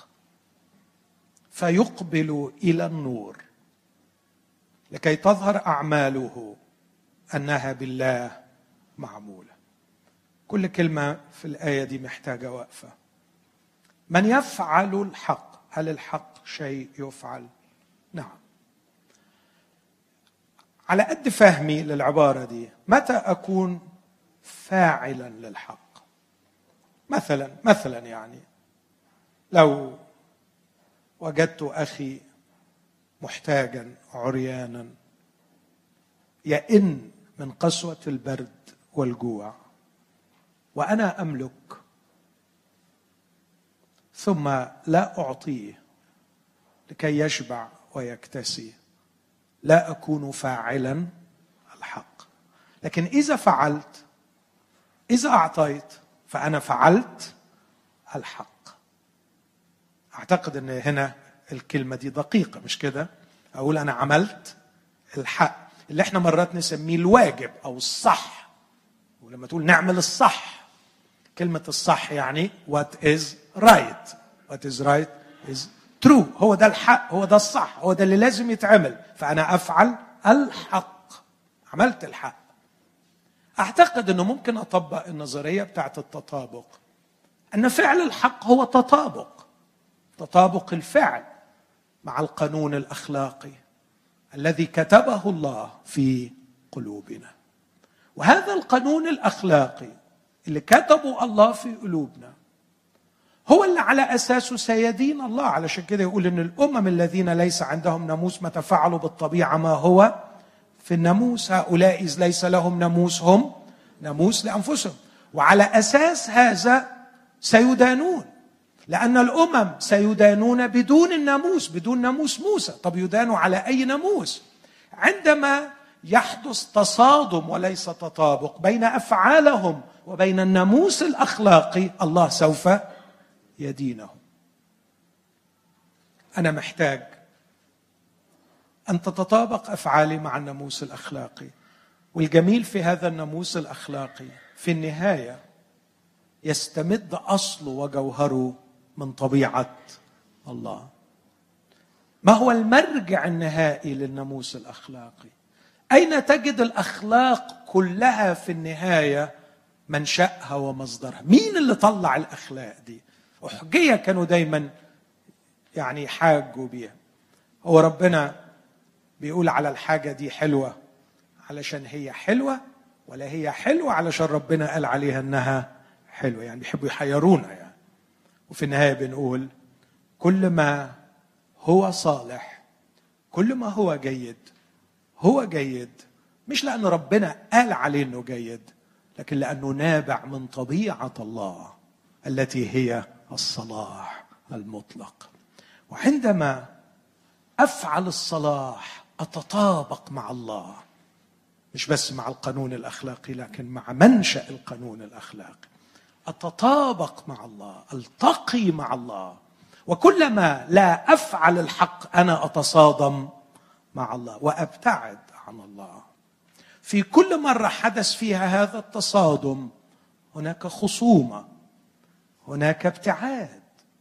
فيقبل إلى النور لكي تظهر أعماله أنها بالله معمولة. كل كلمة في الآية دي محتاجة وقفة. من يفعل الحق، هل الحق شيء يفعل؟ نعم. على قد فهمي للعبارة دي، متى أكون فاعلا للحق؟ مثلا مثلا يعني لو وجدت أخي محتاجا عريانا يئن من قسوة البرد والجوع وأنا أملك، ثم لا أعطيه لكي يشبع ويكتسي، لا أكون فاعلا الحق. لكن إذا فعلت، إذا أعطيت، فأنا فعلت الحق. أعتقد أن هنا الكلمة دي دقيقة، مش كده؟ أقول أنا عملت الحق، اللي احنا مرات نسميه الواجب أو الصح. ولما تقول نعمل الصح، كلمة الصح يعني what is right. what is right is true. هو ده الحق، هو ده الصح، هو ده اللي لازم يتعمل، فأنا أفعل الحق، عملت الحق. أعتقد أنه ممكن أطبق النظرية بتاعت التطابق، أن فعل الحق هو تطابق، تطابق الفعل مع القانون الأخلاقي الذي كتبه الله في قلوبنا. وهذا القانون الأخلاقي اللي كتبه الله في قلوبنا هو اللي على أساسه سيدين الله. علشان كده يقول إن الأمم الذين ليس عندهم ناموس متى فعلوا بالطبيعة ما هو في الناموس، هؤلاء إذ ليس لهم ناموس هم ناموس لأنفسهم، وعلى أساس هذا سيدانون، لأن الأمم سيدانون بدون الناموس، بدون ناموس موسى. طب يدانوا على أي ناموس؟ عندما يحدث تصادم وليس تطابق بين أفعالهم وبين الناموس الأخلاقي، الله سوف يدينهم. أنا محتاج أن تتطابق أفعالي مع الناموس الأخلاقي. والجميل في هذا الناموس الأخلاقي في النهاية يستمد أصله وجوهره من طبيعة الله. ما هو المرجع النهائي للناموس الأخلاقي؟ أين تجد الأخلاق كلها في النهاية منشأها ومصدرها؟ مين اللي طلع الأخلاق دي؟ أحجية كانوا دايما يعني يحاجوا بيها. هو ربنا بيقول على الحاجة دي حلوة علشان هي حلوة، ولا هي حلوة علشان ربنا قال عليها أنها حلوة؟ يعني بيحبوا يحيرونا يعني. وفي النهاية بنقول كل ما هو صالح، كل ما هو جيد، هو جيد مش لأن ربنا قال عليه أنه جيد، لكن لأنه نابع من طبيعة الله التي هي الصلاح المطلق. وعندما أفعل الصلاح أتطابق مع الله، مش بس مع القانون الأخلاقي لكن مع منشأ القانون الأخلاقي. أتطابق مع الله، ألتقي مع الله. وكلما لا أفعل الحق أنا أتصادم مع الله وأبتعد عن الله. في كل مرة حدث فيها هذا التصادم هناك خصومة، هناك ابتعاد.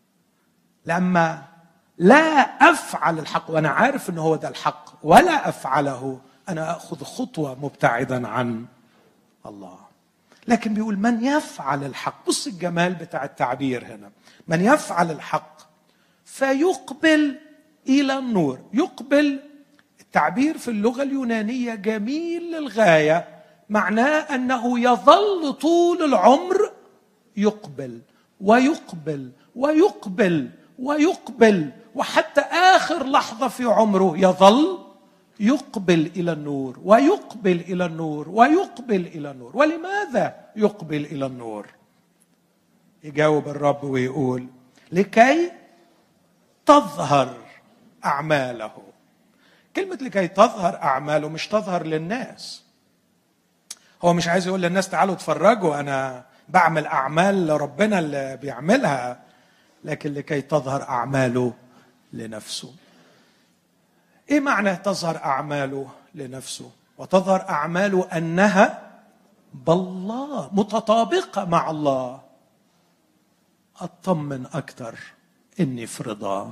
لما لا أفعل الحق وأنا عارف أنه هو ده الحق ولا أفعله، أنا أخذ خطوة مبتعدا عن الله. لكن بيقول من يفعل الحق. بص الجمال بتاع التعبير هنا، من يفعل الحق فيقبل إلى النور. يقبل، التعبير في اللغة اليونانية جميل للغاية، معناه أنه يظل طول العمر يقبل ويقبل ويقبل ويقبل، وحتى آخر لحظة في عمره يظل يقبل إلى النور ويقبل إلى النور ويقبل إلى النور. ولماذا يقبل إلى النور؟ يجاوب الرب ويقول لكي تظهر أعماله. كلمة لكي تظهر أعماله مش تظهر للناس. هو مش عايز يقول للناس تعالوا اتفرجوا أنا بعمل أعمال ربنا اللي بيعملها، لكن لكي تظهر أعماله لنفسه. ايه معنى تظهر اعماله لنفسه؟ وتظهر اعماله انها بالله، متطابقه مع الله. اطمن اكتر اني في رضاه،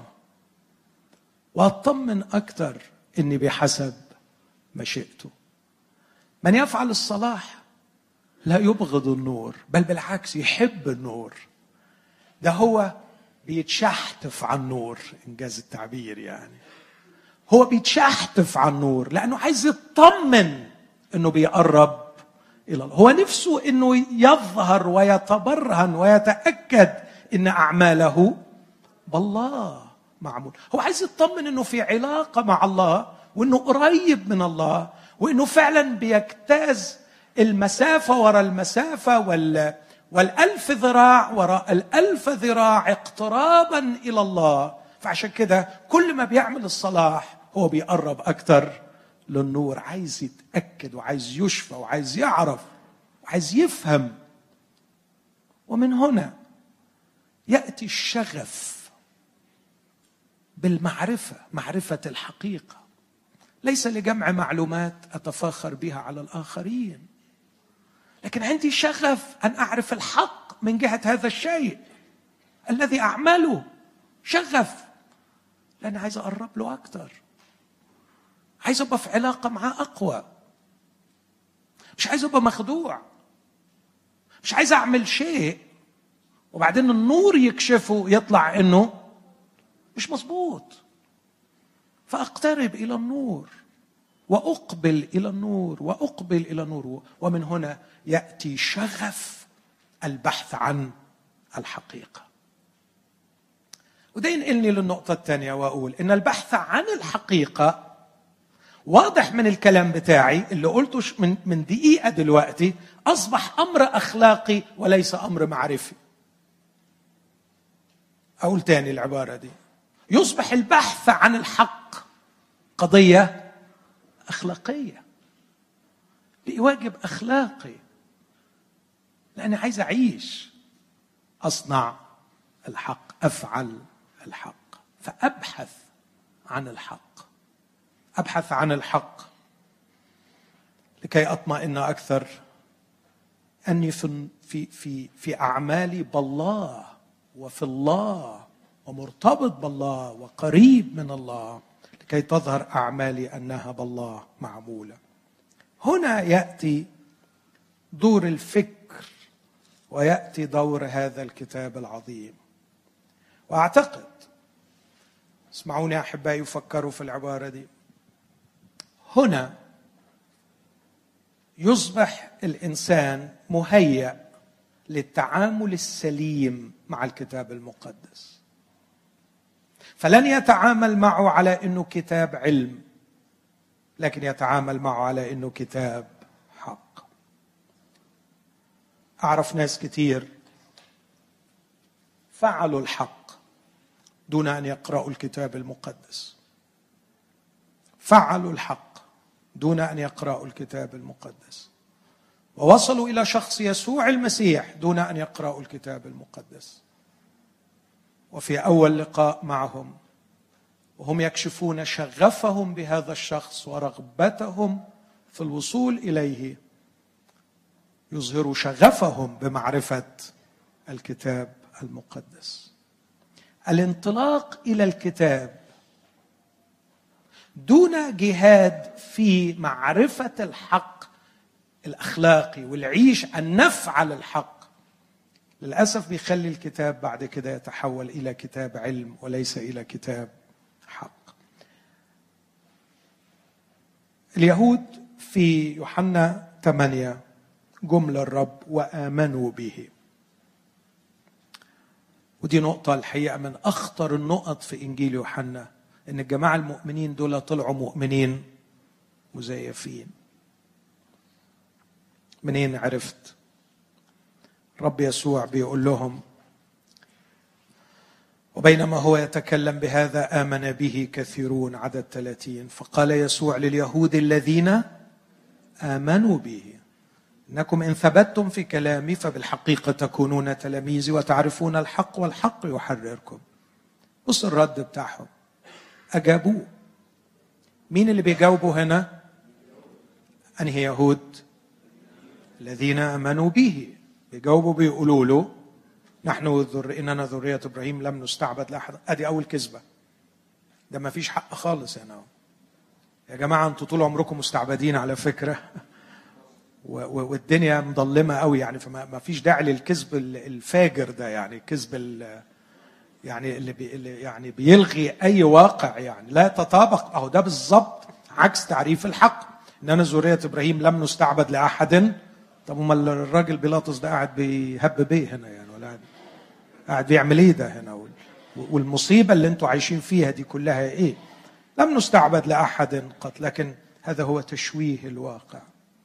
واطمن اكتر اني بحسب مشيئته. من يفعل الصلاح لا يبغض النور، بل بالعكس يحب النور. ده هو بيتشحتف عن النور، انجاز التعبير يعني. هو بيتشحتف عن النور لانه عايز يطمن انه بيقرب الى الله. هو نفسه انه يظهر ويتبرهن ويتاكد ان اعماله بالله معمول. هو عايز يطمن انه في علاقه مع الله، وانه قريب من الله، وانه فعلا بيجتاز المسافه وراء المسافه وال والألف ذراع وراء الألف ذراع اقترابا إلى الله. فعشان كده كل ما بيعمل الصلاح هو بيقرب أكتر للنور، عايز يتأكد وعايز يشفى وعايز يعرف وعايز يفهم. ومن هنا يأتي الشغف بالمعرفة، معرفة الحقيقة، ليس لجمع معلومات أتفاخر بها على الآخرين، لكن عندي شغف أن أعرف الحق من جهة هذا الشيء الذي أعمله. شغف لأن عايز أقرب له أكتر، عايز أبقى في علاقة معاه أقوى، مش عايز أبقى مخدوع، مش عايز أعمل شيء وبعدين النور يكشفه يطلع إنه مش مظبوط. فأقترب إلى النور وأقبل إلى النور وأقبل إلى النور. ومن هنا يأتي شغف البحث عن الحقيقة. وده ينقلني للنقطة الثانية وأقول إن البحث عن الحقيقة واضح من الكلام بتاعي اللي قلته من من دقيقة دلوقتي، أصبح أمر أخلاقي وليس أمر معرفي. أقول تاني العبارة دي، يصبح البحث عن الحق قضية أخلاقية، بواجب أخلاقي، لأني عايز أعيش، أصنع الحق، أفعل الحق. فأبحث عن الحق، أبحث عن الحق لكي أطمئن أكثر أني في في في في أعمالي بالله وفي الله ومرتبط بالله وقريب من الله، لكي تظهر أعمالي أنها بالله معمولة. هنا يأتي دور الفكر ويأتي دور هذا الكتاب العظيم. وأعتقد، اسمعوني أحبائي يفكروا في العبارة دي، هنا يصبح الإنسان مهيأ للتعامل السليم مع الكتاب المقدس. فلن يتعامل معه على أنه كتاب علم، لكن يتعامل معه على أنه كتاب حق. أعرف ناس كتير فعلوا الحق دون أن يقرأوا الكتاب المقدس، فعلوا الحق دون أن يقرأوا الكتاب المقدس، ووصلوا إلى شخص يسوع المسيح دون أن يقرأوا الكتاب المقدس. وفي أول لقاء معهم وهم يكشفون شغفهم بهذا الشخص ورغبتهم في الوصول إليه، يظهروا شغفهم بمعرفة الكتاب المقدس. الانطلاق إلى الكتاب دون جهاد في معرفة الحق الأخلاقي والعيش أن نفعل الحق، للأسف بيخلي الكتاب بعد كده يتحول إلى كتاب علم وليس إلى كتاب حق. اليهود في يوحنا ثمانية جملة الرب وآمنوا به، ودي نقطة الحقيقة من أخطر النقط في إنجيل يوحنا، إن الجماعة المؤمنين دول طلعوا مؤمنين مزيفين. منين عرفت؟ رب يسوع بيقول لهم: وبينما هو يتكلم بهذا آمن به كثيرون، عدد ثلاثين، فقال يسوع لليهود الذين آمنوا به: إنكم إن ثبتتم في كلامي فبالحقيقة تكونون تلاميذي وتعرفون الحق والحق يحرركم. بص الرد بتاعهم، أجابوه: مين اللي بيجاوبوا هنا؟ أنهي يهود؟ الذين آمنوا به. بيجاوبوا بيقولوا له نحن ذر... إننا ذرية إبراهيم لم نستعبد لأحد. أدي أول كذبة. ده ما فيش حق خالص هنا يا جماعة. أنتوا طول عمركم مستعبدين على فكرة والدنيا مظلمة قوي يعني، فما فيش داعي للكذب الفاجر ده يعني، كذب يعني اللي, بي اللي يعني بيلغي أي واقع يعني، لا تطابق. أهو ده بالضبط عكس تعريف الحق. إننا ذرية إبراهيم لم نستعبد لأحد. طب وما الراجل بيلاطس ده قاعد بيهب بيه هنا يعني، ولا قاعد بيعمل ايه ده هنا؟ والمصيبة اللي انتوا عايشين فيها دي كلها ايه؟ لم نستعبد لأحد قط، لكن هذا هو تشويه الواقع.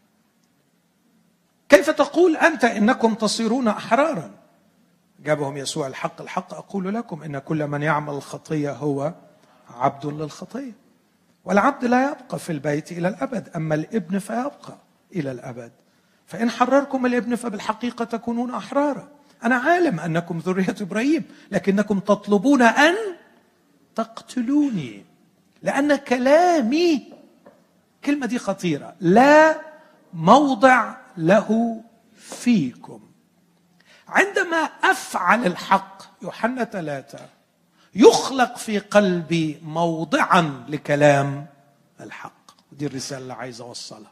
كيف تقول أنت إنكم تصيرون أحرارا؟ جابهم يسوع الحق الحق أقول لكم إن كل من يعمل الخطية هو عبد للخطية، والعبد لا يبقى في البيت إلى الأبد، أما الابن فيبقى إلى الأبد. فإن حرركم الابن فبالحقيقة تكونون أحرارا. أنا عالم أنكم ذرية إبراهيم، لكنكم تطلبون أن تقتلوني لأن كلامي، كلمة دي خطيرة، لا موضع له فيكم. عندما أفعل الحق، يوحنا ثلاثة، يخلق في قلبي موضعا لكلام الحق. ودي الرسالة اللي عايز أوصلها.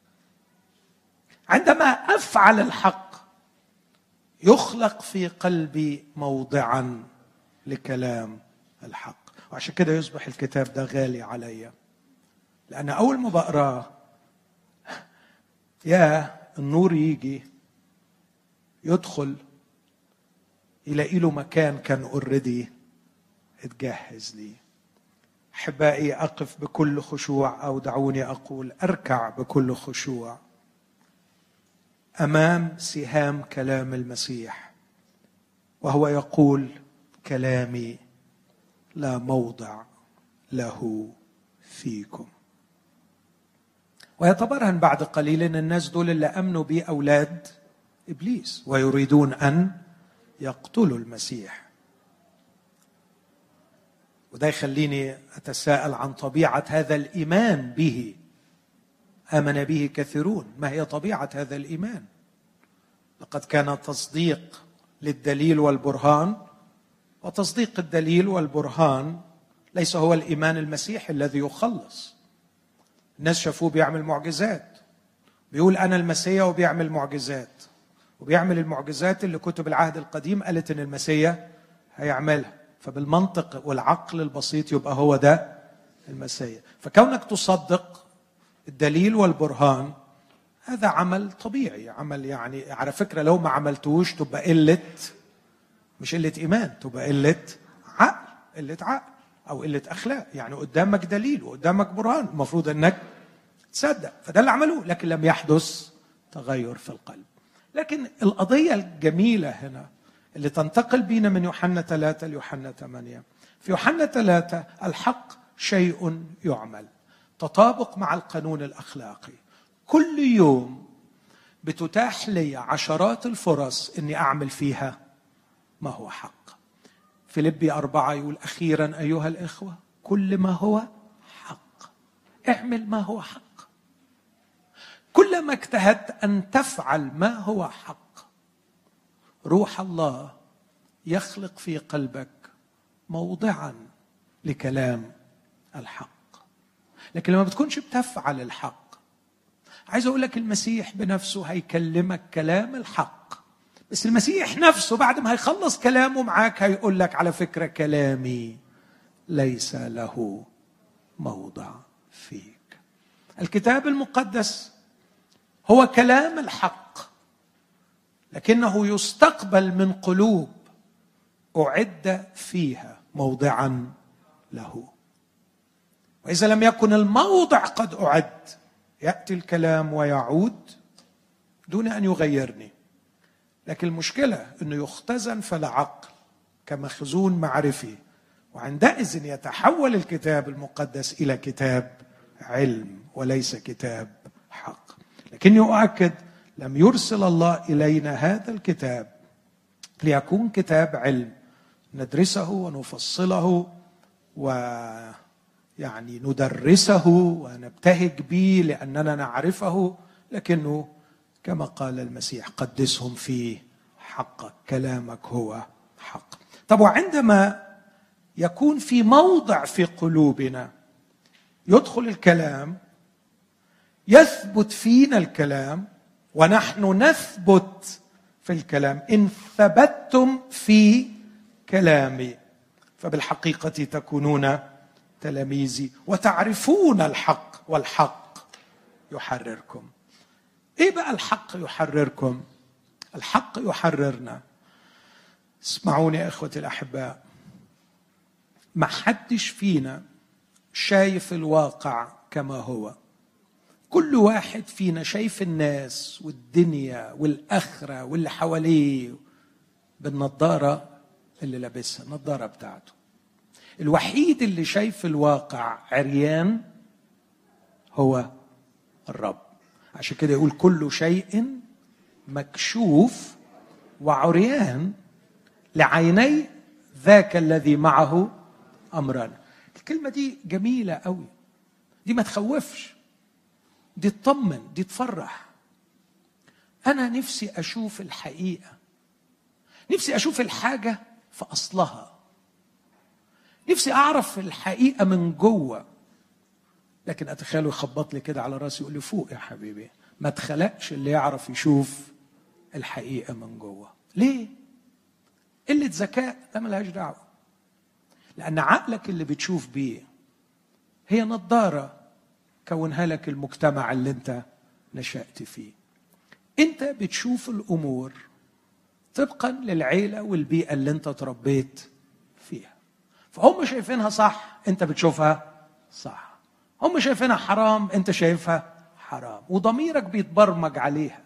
عندما أفعل الحق يخلق في قلبي موضعا لكلام الحق. وعشان كده يصبح الكتاب ده غالي عليا، لأن أول ما بقراه يا النور يجي يدخل يلاقي له مكان كان اوريدي اتجهز لي. أحبائي، أقف بكل خشوع، أو دعوني أقول أركع بكل خشوع أمام سهام كلام المسيح، وهو يقول كلامي لا موضع له فيكم. ويتبرهن بعد قليل أن الناس دول اللي أمنوا بي أولاد إبليس ويريدون أن يقتلوا المسيح. وده يخليني أتساءل عن طبيعة هذا الإيمان به. آمن به كثيرون، ما هي طبيعة هذا الإيمان؟ لقد كان تصديق للدليل والبرهان، وتصديق الدليل والبرهان ليس هو الإيمان المسيحي الذي يخلص. الناس شافوه بيعمل معجزات، بيقول أنا المسيح وبيعمل معجزات، وبيعمل المعجزات اللي كتب العهد القديم قالت إن المسيح هيعملها. فبالمنطق والعقل البسيط يبقى هو ده المسيح. فكونك تصدق الدليل والبرهان هذا عمل طبيعي، عمل يعني على فكرة لو ما عملتوش تبقى قلة، مش قلة إيمان، تبقى قلة عقل، قلة عقل أو قلة أخلاق. يعني قدامك دليل وقدامك برهان، المفروض أنك تصدق. فده اللي عملوه، لكن لم يحدث تغير في القلب. لكن القضية الجميلة هنا اللي تنتقل بينا من يوحنا ثلاثة ليوحنا ثمانية. في يوحنا ثلاثة الحق شيء يعمل، تطابق مع القانون الأخلاقي. كل يوم بتتاح لي عشرات الفرص أني أعمل فيها ما هو حق. فيليبي أربعة يقول أخيرا أيها الإخوة كل ما هو حق اعمل ما هو حق. كلما اجتهدت أن تفعل ما هو حق روح الله يخلق في قلبك موضعا لكلام الحق. لكن لما بتكونش بتفعل الحق، عايز أقول لك المسيح بنفسه هيكلمك كلام الحق، بس المسيح نفسه بعد ما هيخلص كلامه معاك هيقول لك على فكرة كلامي ليس له موضع فيك. الكتاب المقدس هو كلام الحق، لكنه يستقبل من قلوب أعد فيها موضعا له. وإذا لم يكن الموضع قد أعد يأتي الكلام ويعود دون أن يغيرني. لكن المشكلة أنه يختزن فلا عقل كمخزون معرفي، وعندئذ يتحول الكتاب المقدس إلى كتاب علم وليس كتاب حق. لكني أؤكد لم يرسل الله إلينا هذا الكتاب ليكون كتاب علم ندرسه ونفصله يعني ندرسه ونبتهج به لأننا نعرفه، لكنه كما قال المسيح قدسهم في حقك، كلامك هو حق. طب وعندما يكون في موضع في قلوبنا يدخل الكلام، يثبت فينا الكلام ونحن نثبت في الكلام، إن ثبتتم في كلامي فبالحقيقة تكونون تلاميذي وتعرفون الحق والحق يحرركم. ايه بقى الحق يحرركم؟ الحق يحررنا. اسمعوني يا اخوتي الاحباء، ما حدش فينا شايف الواقع كما هو. كل واحد فينا شايف الناس والدنيا والآخرة واللي حواليه بالنظارة اللي لابسها، النظارة بتاعته. الوحيد اللي شايف الواقع عريان هو الرب. عشان كده يقول كل شيء مكشوف وعريان لعيني ذاك الذي معه أمرنا. الكلمة دي جميلة قوي، دي ما تخوفش، دي تطمن، دي تفرح. أنا نفسي أشوف الحقيقة، نفسي أشوف الحاجة في أصلها، نفسي أعرف الحقيقة من جوه. لكن أتخيله يخبط لي كده على راسي يقول لي فوق يا حبيبي، ما تخلقش اللي يعرف يشوف الحقيقة من جوه. ليه؟ قلة ذكاء؟ ده ملهاش دعوة، لأن عقلك اللي بتشوف بيه هي نظارة كونها لك المجتمع اللي انت نشأت فيه. انت بتشوف الأمور طبقا للعيلة والبيئة اللي انت تربيت فيها، فهم شايفينها صح، انت بتشوفها صح. هم شايفينها حرام، انت شايفها حرام، وضميرك بيتبرمج عليها.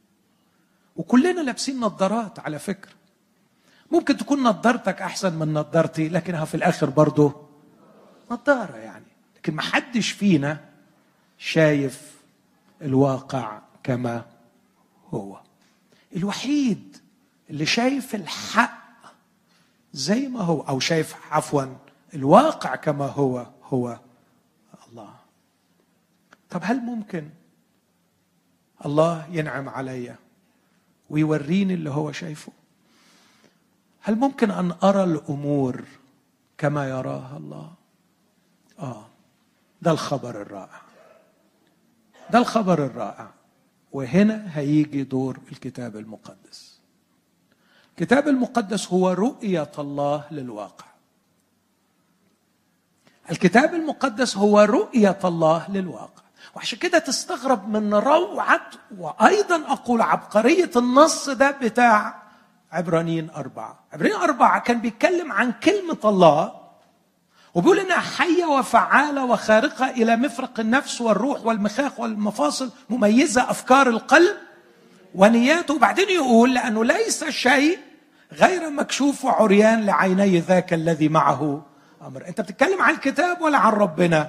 وكلنا لابسين نظارات على فكرة. ممكن تكون نظارتك أحسن من نظارتي، لكنها في الآخر برضه نظارة يعني. لكن ما حدش فينا شايف الواقع كما هو. الوحيد اللي شايف الحق زي ما هو، أو شايف عفوا الواقع كما هو، هو الله. طب هل ممكن الله ينعم عليا ويوريني اللي هو شايفه؟ هل ممكن أن أرى الأمور كما يراها الله؟ آه، ده الخبر الرائع، ده الخبر الرائع. وهنا هيجي دور الكتاب المقدس. الكتاب المقدس هو رؤية الله للواقع. الكتاب المقدس هو رؤية الله للواقع. وعشان كده تستغرب من روعة وأيضا أقول عبقرية النص ده بتاع عبرانيين أربعة. عبرانيين أربعة كان بيتكلم عن كلمة الله، وبيقول إنها حية وفعالة وخارقة إلى مفرق النفس والروح والمخاخ والمفاصل، مميزة أفكار القلب ونياته. وبعدين يقول لأنه ليس شيء غير مكشوف وعريان لعيني ذاك الذي معه أمر. أنت بتتكلم عن الكتاب ولا عن ربنا؟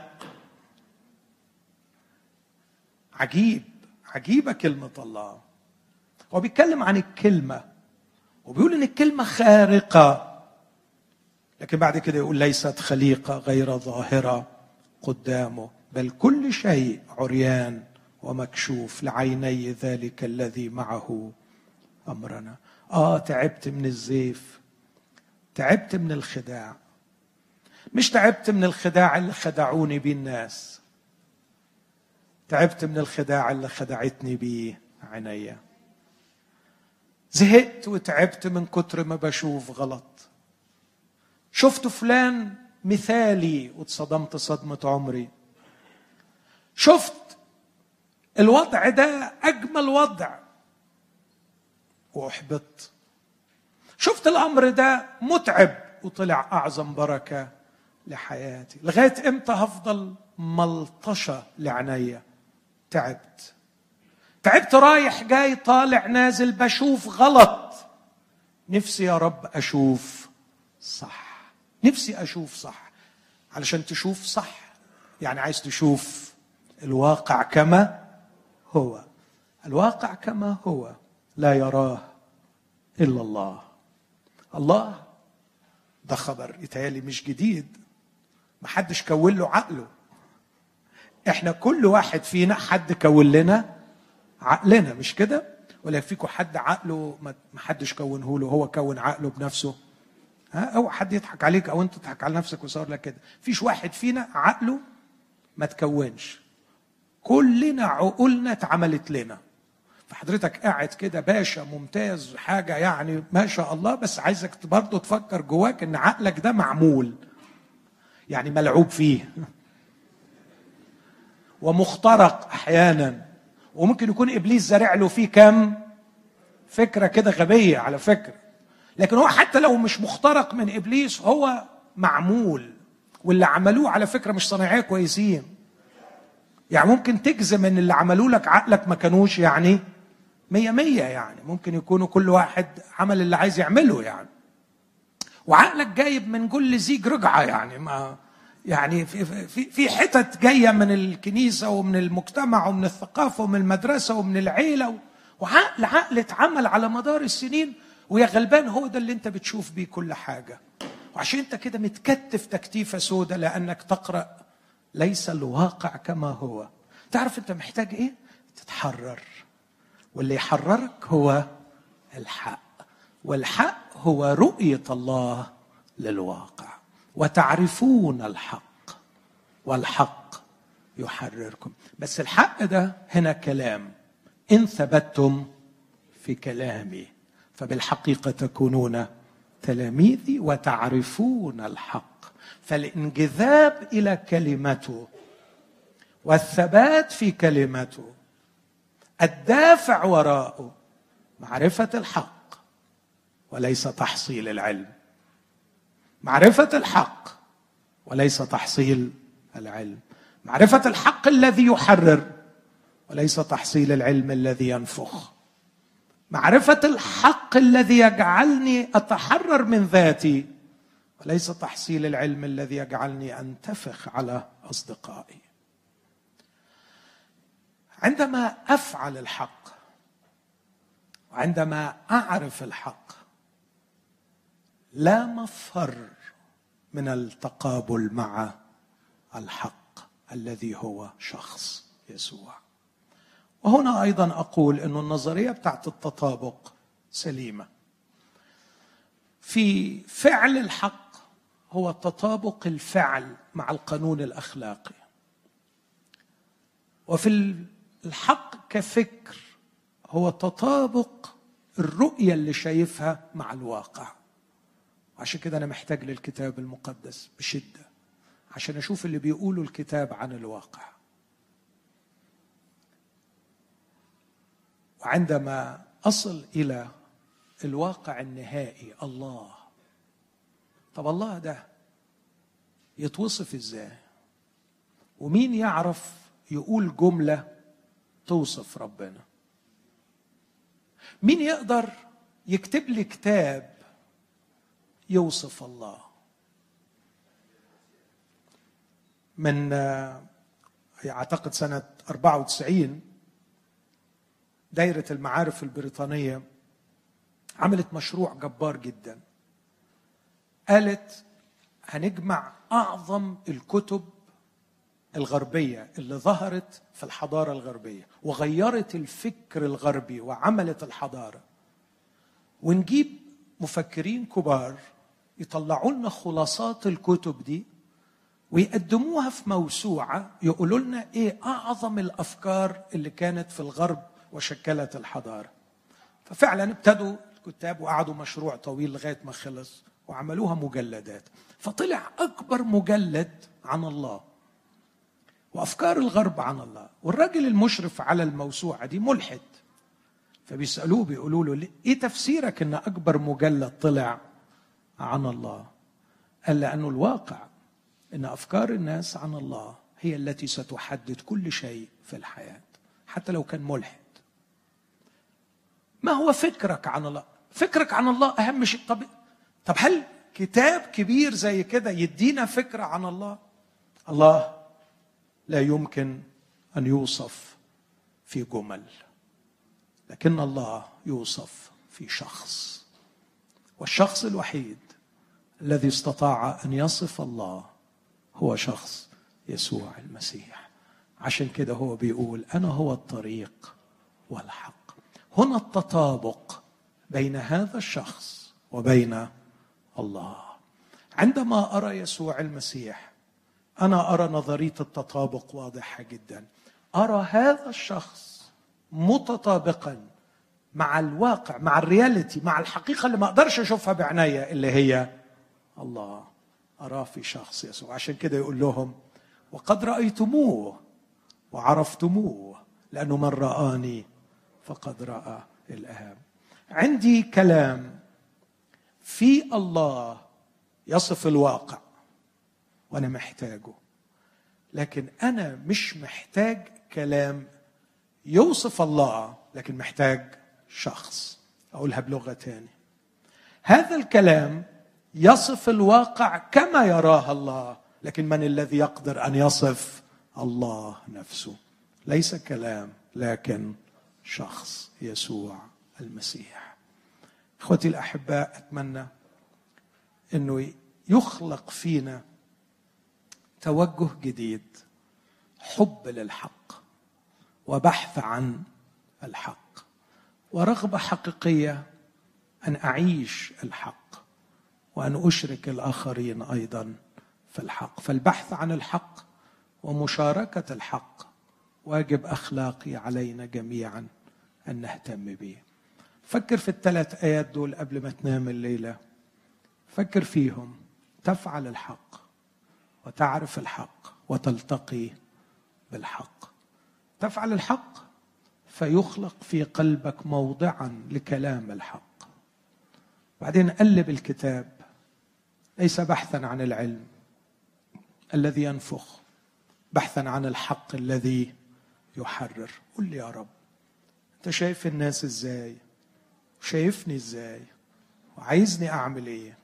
عجيب، عجيبة كلمة الله. هو بيتكلم عن الكلمة وبيقول إن الكلمة خارقة، لكن بعد كده يقول ليست خليقة غير ظاهرة قدامه، بل كل شيء عريان ومكشوف لعيني ذلك الذي معه أمرنا. آه، تعبت من الزيف، تعبت من الخداع. مش تعبت من الخداع اللي خدعوني بيه الناس، تعبت من الخداع اللي خدعتني بيه عينيا. زهقت وتعبت من كتر ما بشوف غلط. شفت فلان مثالي واتصدمت صدمة عمري. شفت الوضع ده أجمل وضع وأحبطت. شفت الأمر ده متعب وطلع أعظم بركة لحياتي. لغاية إمتى هفضل ملطشة لعناية؟ تعبت، تعبت رايح جاي طالع نازل بشوف غلط. نفسي يا رب أشوف صح، نفسي أشوف صح. علشان تشوف صح يعني عايز تشوف الواقع كما هو. الواقع كما هو لا يراه إلا الله. الله ده خبر يتهيألي مش جديد، ما حدش كون له عقله. احنا كل واحد فينا حد كون لنا عقلنا، مش كده؟ ولا فيكم حد عقله ما حدش كونه له، هو كون عقله بنفسه؟ ها، او حد يضحك عليك او انت تضحك على نفسك وصار لك كده. فيش واحد فينا عقله ما تكونش، كلنا عقولنا اتعملت لنا. فحضرتك قاعد كده باشا ممتاز، حاجه يعني ما شاء الله، بس عايزك برضه تفكر جواك ان عقلك ده معمول، يعني ملعوب فيه ومخترق احيانا، وممكن يكون ابليس زارع له فيه كم فكره كده غبيه على فكره. لكن هو حتى لو مش مخترق من ابليس هو معمول، واللي عملوه على فكره مش صنايعيه كويسين. يعني ممكن تجزم ان اللي عملوا لك عقلك ما كانوش يعني مية مية، يعني ممكن يكونوا كل واحد عمل اللي عايز يعمله يعني. وعقلك جايب من كل زيج رجعه، يعني ما يعني في في في حتت جايه من الكنيسه ومن المجتمع ومن الثقافه ومن المدرسه ومن العيله، وعقل عقل اتعمل على مدار السنين. ويا غلبان هو ده اللي انت بتشوف بيه كل حاجه، وعشان انت كده متكتف تكتيفه سودة لانك تقرا ليس الواقع كما هو. تعرف انت محتاج ايه؟ تتحرر، واللي يحررك هو الحق، والحق هو رؤيه الله للواقع. وتعرفون الحق والحق يحرركم. بس الحق ده هنا كلام، إن ثبتتم في كلامي فبالحقيقة تكونون تلاميذي وتعرفون الحق. فالانجذاب إلى كلمته والثبات في كلمته، الدافع وراءه معرفة الحق وليس تحصيل العلم. معرفة الحق وليس تحصيل العلم. معرفة الحق الذي يحرر وليس تحصيل العلم الذي ينفخ. معرفة الحق الذي يجعلني أتحرر من ذاتي وليس تحصيل العلم الذي يجعلني أنتفخ على أصدقائي. عندما أفعل الحق وعندما أعرف الحق لا مفر من التقابل مع الحق الذي هو شخص يسوع. وهنا أيضا أقول أن النظرية بتاعت التطابق سليمة. في فعل الحق هو تطابق الفعل مع القانون الأخلاقي، وفي الحق كفكر هو تطابق الرؤية اللي شايفها مع الواقع. عشان كده أنا محتاج للكتاب المقدس بشدة عشان أشوف اللي بيقوله الكتاب عن الواقع. وعندما أصل إلى الواقع النهائي الله، طب الله ده يتوصف إزاي؟ ومين يعرف يقول جملة توصف ربنا؟ مين يقدر يكتب لي كتاب يوصف الله؟ من أعتقد سنة أربعة وتسعين دائرة المعارف البريطانية عملت مشروع جبار جدا. قالت هنجمع أعظم الكتب الغربية اللي ظهرت في الحضارة الغربية وغيرت الفكر الغربي وعملت الحضارة، ونجيب مفكرين كبار يطلعوا لنا خلاصات الكتب دي ويقدموها في موسوعة يقولوا لنا ايه أعظم الأفكار اللي كانت في الغرب وشكلت الحضارة. ففعلا ابتدوا الكتاب وقعدوا مشروع طويل لغاية ما خلص وعملوها مجلدات. فطلع أكبر مجلد عن الله وأفكار الغرب عن الله. والراجل المشرف على الموسوعة دي ملحد، فبيسألوه بيقولوا له ايه تفسيرك ان أكبر مجلد طلع عن الله؟ قال لأنه الواقع ان أفكار الناس عن الله هي التي ستحدد كل شيء في الحياة حتى لو كان ملحد. ما هو فكرك عن الله؟ فكرك عن الله أهم شيء. طب, طب هل كتاب كبير زي كده يدينا فكرة عن الله؟ الله لا يمكن أن يوصف في جمل، لكن الله يوصف في شخص. والشخص الوحيد الذي استطاع أن يصف الله هو شخص يسوع المسيح. عشان كده هو بيقول أنا هو الطريق والحق. هنا التطابق بين هذا الشخص وبين الله. عندما أرى يسوع المسيح أنا أرى نظرية التطابق واضحة جدا. أرى هذا الشخص متطابقا مع الواقع، مع الرياليتي، مع الحقيقة اللي ما أقدرش أشوفها بعناية اللي هي الله. أراه في شخص يسوع. عشان كده يقول لهم وقد رأيتموه وعرفتموه لأنه من رآني فقد رأى الآب. عندي كلام في الله يصف الواقع وأنا محتاجه، لكن أنا مش محتاج كلام يوصف الله، لكن محتاج شخص. أقولها بلغة تاني، هذا الكلام يصف الواقع كما يراه الله، لكن من الذي يقدر أن يصف الله نفسه؟ ليس كلام لكن شخص، يسوع المسيح. إخوتي الأحباء، أتمنى أنه يخلق فينا توجه جديد، حب للحق وبحث عن الحق ورغبة حقيقية أن أعيش الحق وأن أشرك الآخرين أيضا في الحق. فالبحث عن الحق ومشاركة الحق واجب أخلاقي علينا جميعا أن نهتم به. فكر في الثلاث آيات دول قبل ما تنام الليلة، فكر فيهم. تفعل الحق وتعرف الحق وتلتقي بالحق. تفعل الحق فيخلق في قلبك موضعا لكلام الحق. بعدين قلب الكتاب، ليس بحثا عن العلم الذي ينفخ، بحثا عن الحق الذي يحرر. قل لي يا رب، انت شايف الناس ازاي؟ شايفني ازاي؟ وعايزني اعمل ايه؟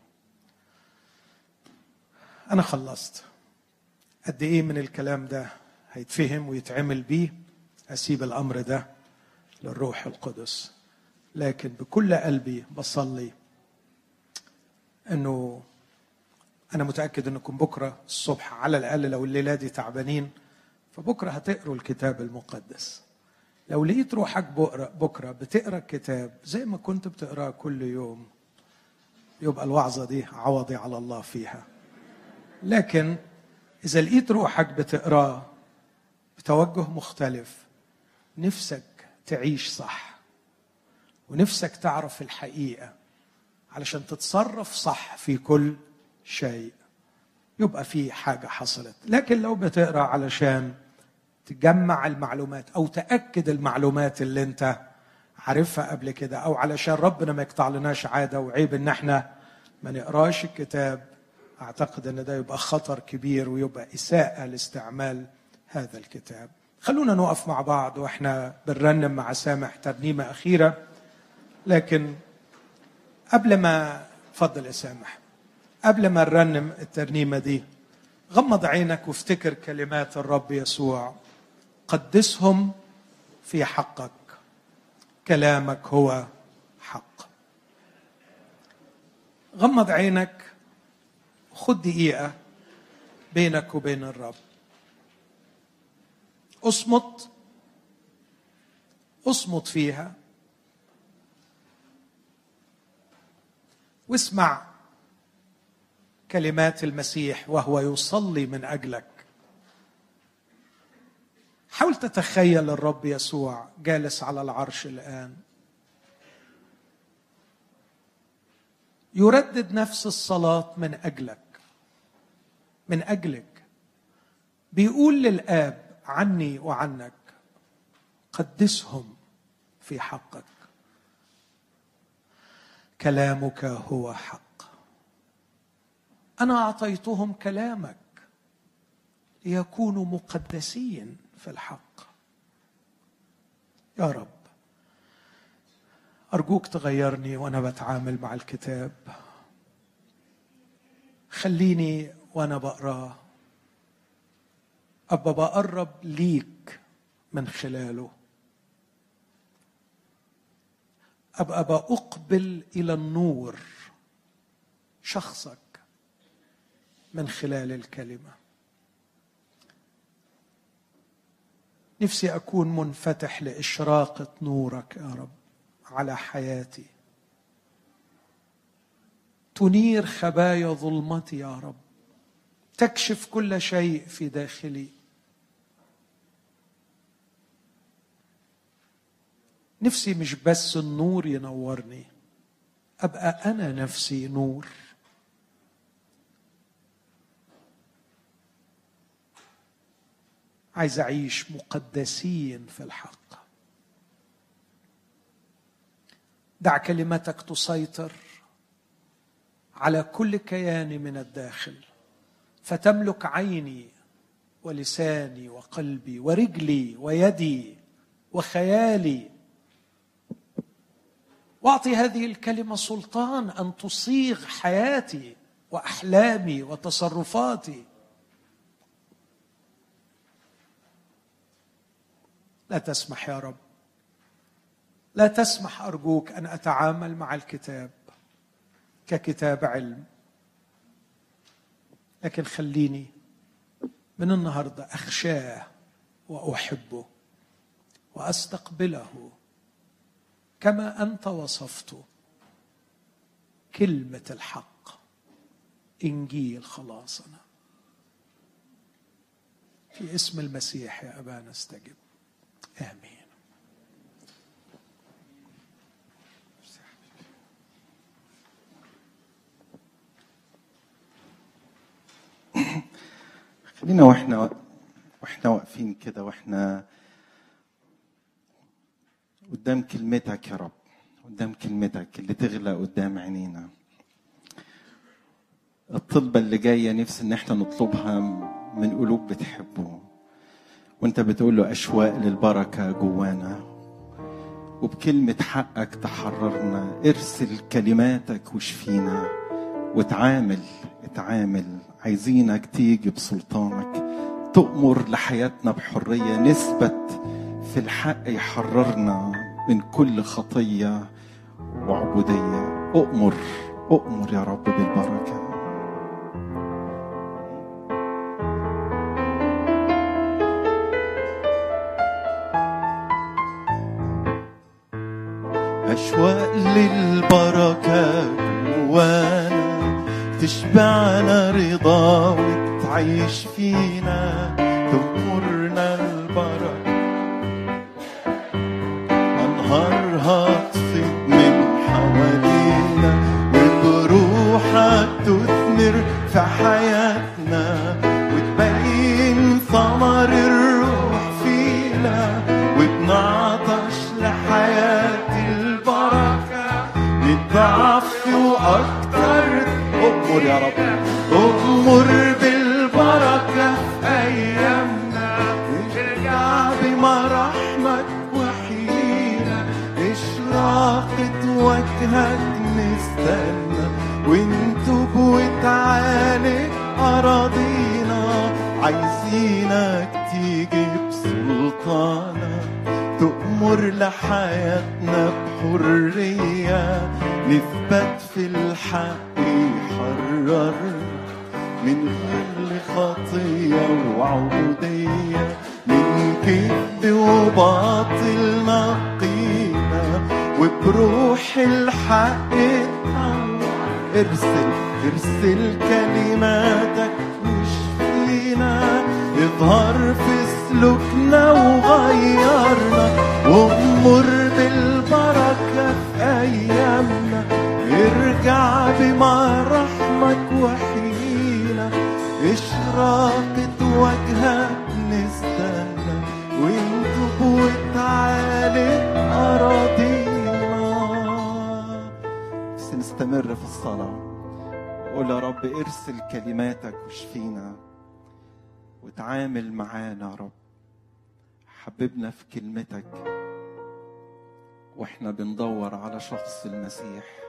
انا خلصت. قد ايه من الكلام ده هيتفهم ويتعمل بيه؟ اسيب الامر ده للروح القدس. لكن بكل قلبي بصلي انه انا متاكد انكم بكره الصبح على الاقل، لو الليله دي تعبانين فبكره هتقروا الكتاب المقدس. لو لقيت روحك بكره بتقرا الكتاب زي ما كنت بتقراه كل يوم، يبقى الوعظه دي عوضي على الله فيها. لكن اذا لقيت روحك بتقراه بتوجه مختلف، نفسك تعيش صح ونفسك تعرف الحقيقه علشان تتصرف صح في كل شيء، يبقى في حاجه حصلت. لكن لو بتقرا علشان تجمع المعلومات او تاكد المعلومات اللي انت عارفها قبل كده، او علشان ربنا ما يقطع لناش عاده وعيب ان احنا ما نقراش الكتاب، اعتقد ان ده يبقى خطر كبير ويبقى اساءه لاستعمال هذا الكتاب. خلونا نقف مع بعض واحنا بنرنم مع سامح ترنيمه اخيره. لكن قبل ما اتفضل يا سامح، قبل ما نرنم الترنيمه دي، غمض عينك وافتكر كلمات الرب يسوع: قدسهم في حقك، كلامك هو حق. غمض عينك وخد دقيقة بينك وبين الرب. اصمت اصمت فيها واسمع كلمات المسيح وهو يصلي من أجلك. حاول تتخيل الرب يسوع جالس على العرش الآن يردد نفس الصلاة من أجلك، من أجلك. بيقول للآب عني وعنك: قدسهم في حقك، كلامك هو حق. أنا أعطيتهم كلامك ليكونوا مقدسين في الحق. يا رب أرجوك تغيرني وأنا بتعامل مع الكتاب. خليني وأنا بقراه أبقى بقرب ليك من خلاله، أبقى بأقبل إلى النور شخصك من خلال الكلمة. نفسي أكون منفتح لإشراقة نورك يا رب على حياتي، تنير خبايا ظلمتي يا رب، تكشف كل شيء في داخلي. نفسي مش بس النور ينورني، أبقى أنا نفسي نور. عايز أعيش مقدسين في الحق. دع كلمتك تسيطر على كل كياني من الداخل، فتملك عيني ولساني وقلبي ورجلي ويدي وخيالي، واعطي هذه الكلمة سلطان أن تصيغ حياتي وأحلامي وتصرفاتي. لا تسمح يا رب، لا تسمح أرجوك أن أتعامل مع الكتاب ككتاب علم، لكن خليني من النهاردة أخشاه وأحبه وأستقبله كما أنت وصفته، كلمة الحق، إنجيل خلاصنا. في اسم المسيح يا أبانا استجب، آمين.
خلينا واحنا واحنا واقفين كده، واحنا قدام كلمتك يا رب، قدام كلمتك اللي تغلى قدام عينينا. الطلبة اللي جاية نفسي ان احنا نطلبها من قلوب بتحبه، وانت بتقول له أشواق للبركة جوانا، وبكلمة حقك تحررنا. ارسل كلماتك وشفينا، وتعامل اتعامل. عايزينك تيجي بسلطانك، تؤمر لحياتنا بحرية، نثبت في الحق يحررنا من كل خطية وعبودية. أؤمر أؤمر يا رب بالبركة. أشواق للبركة جوانا، تشبعنا رضا وتعيش فينا، تأمرنا البركة أنهارها تفيض من حوالينا، وبروحك تثمر في حياتنا، وتبين ثمر الروح فينا، وبنعطش لحياة البركة، نضعف وأكتر. أؤمر يا رب، أؤمر بالبركة في أيامنا، نرجع بمراحمك وحينا، إشراقة وجهك نستنى، ونتوب وتعالج أراضينا. عايزينك تيجي بسلطانك، تؤمر لحياتنا بحرية، نثبت في الحق يحررنا من كل خطية وعبودية، من كذب وباطل نقينا، وبروح الحق تنور. ارسل ارسل كلماتك وشفينا، اظهر في سلوكنا وغيرنا، وامر بالبركة في أيامنا، ارجع بمراحمك وحينا، إشراقة وجهك نستنى، وانتب وتعالج أراضينا. بس نستمر في الصلاة، قول يا رب ارسل كلماتك وشفينا، وتعامل معانا يا رب. حببنا في كلمتك واحنا بندور على شخص المسيح.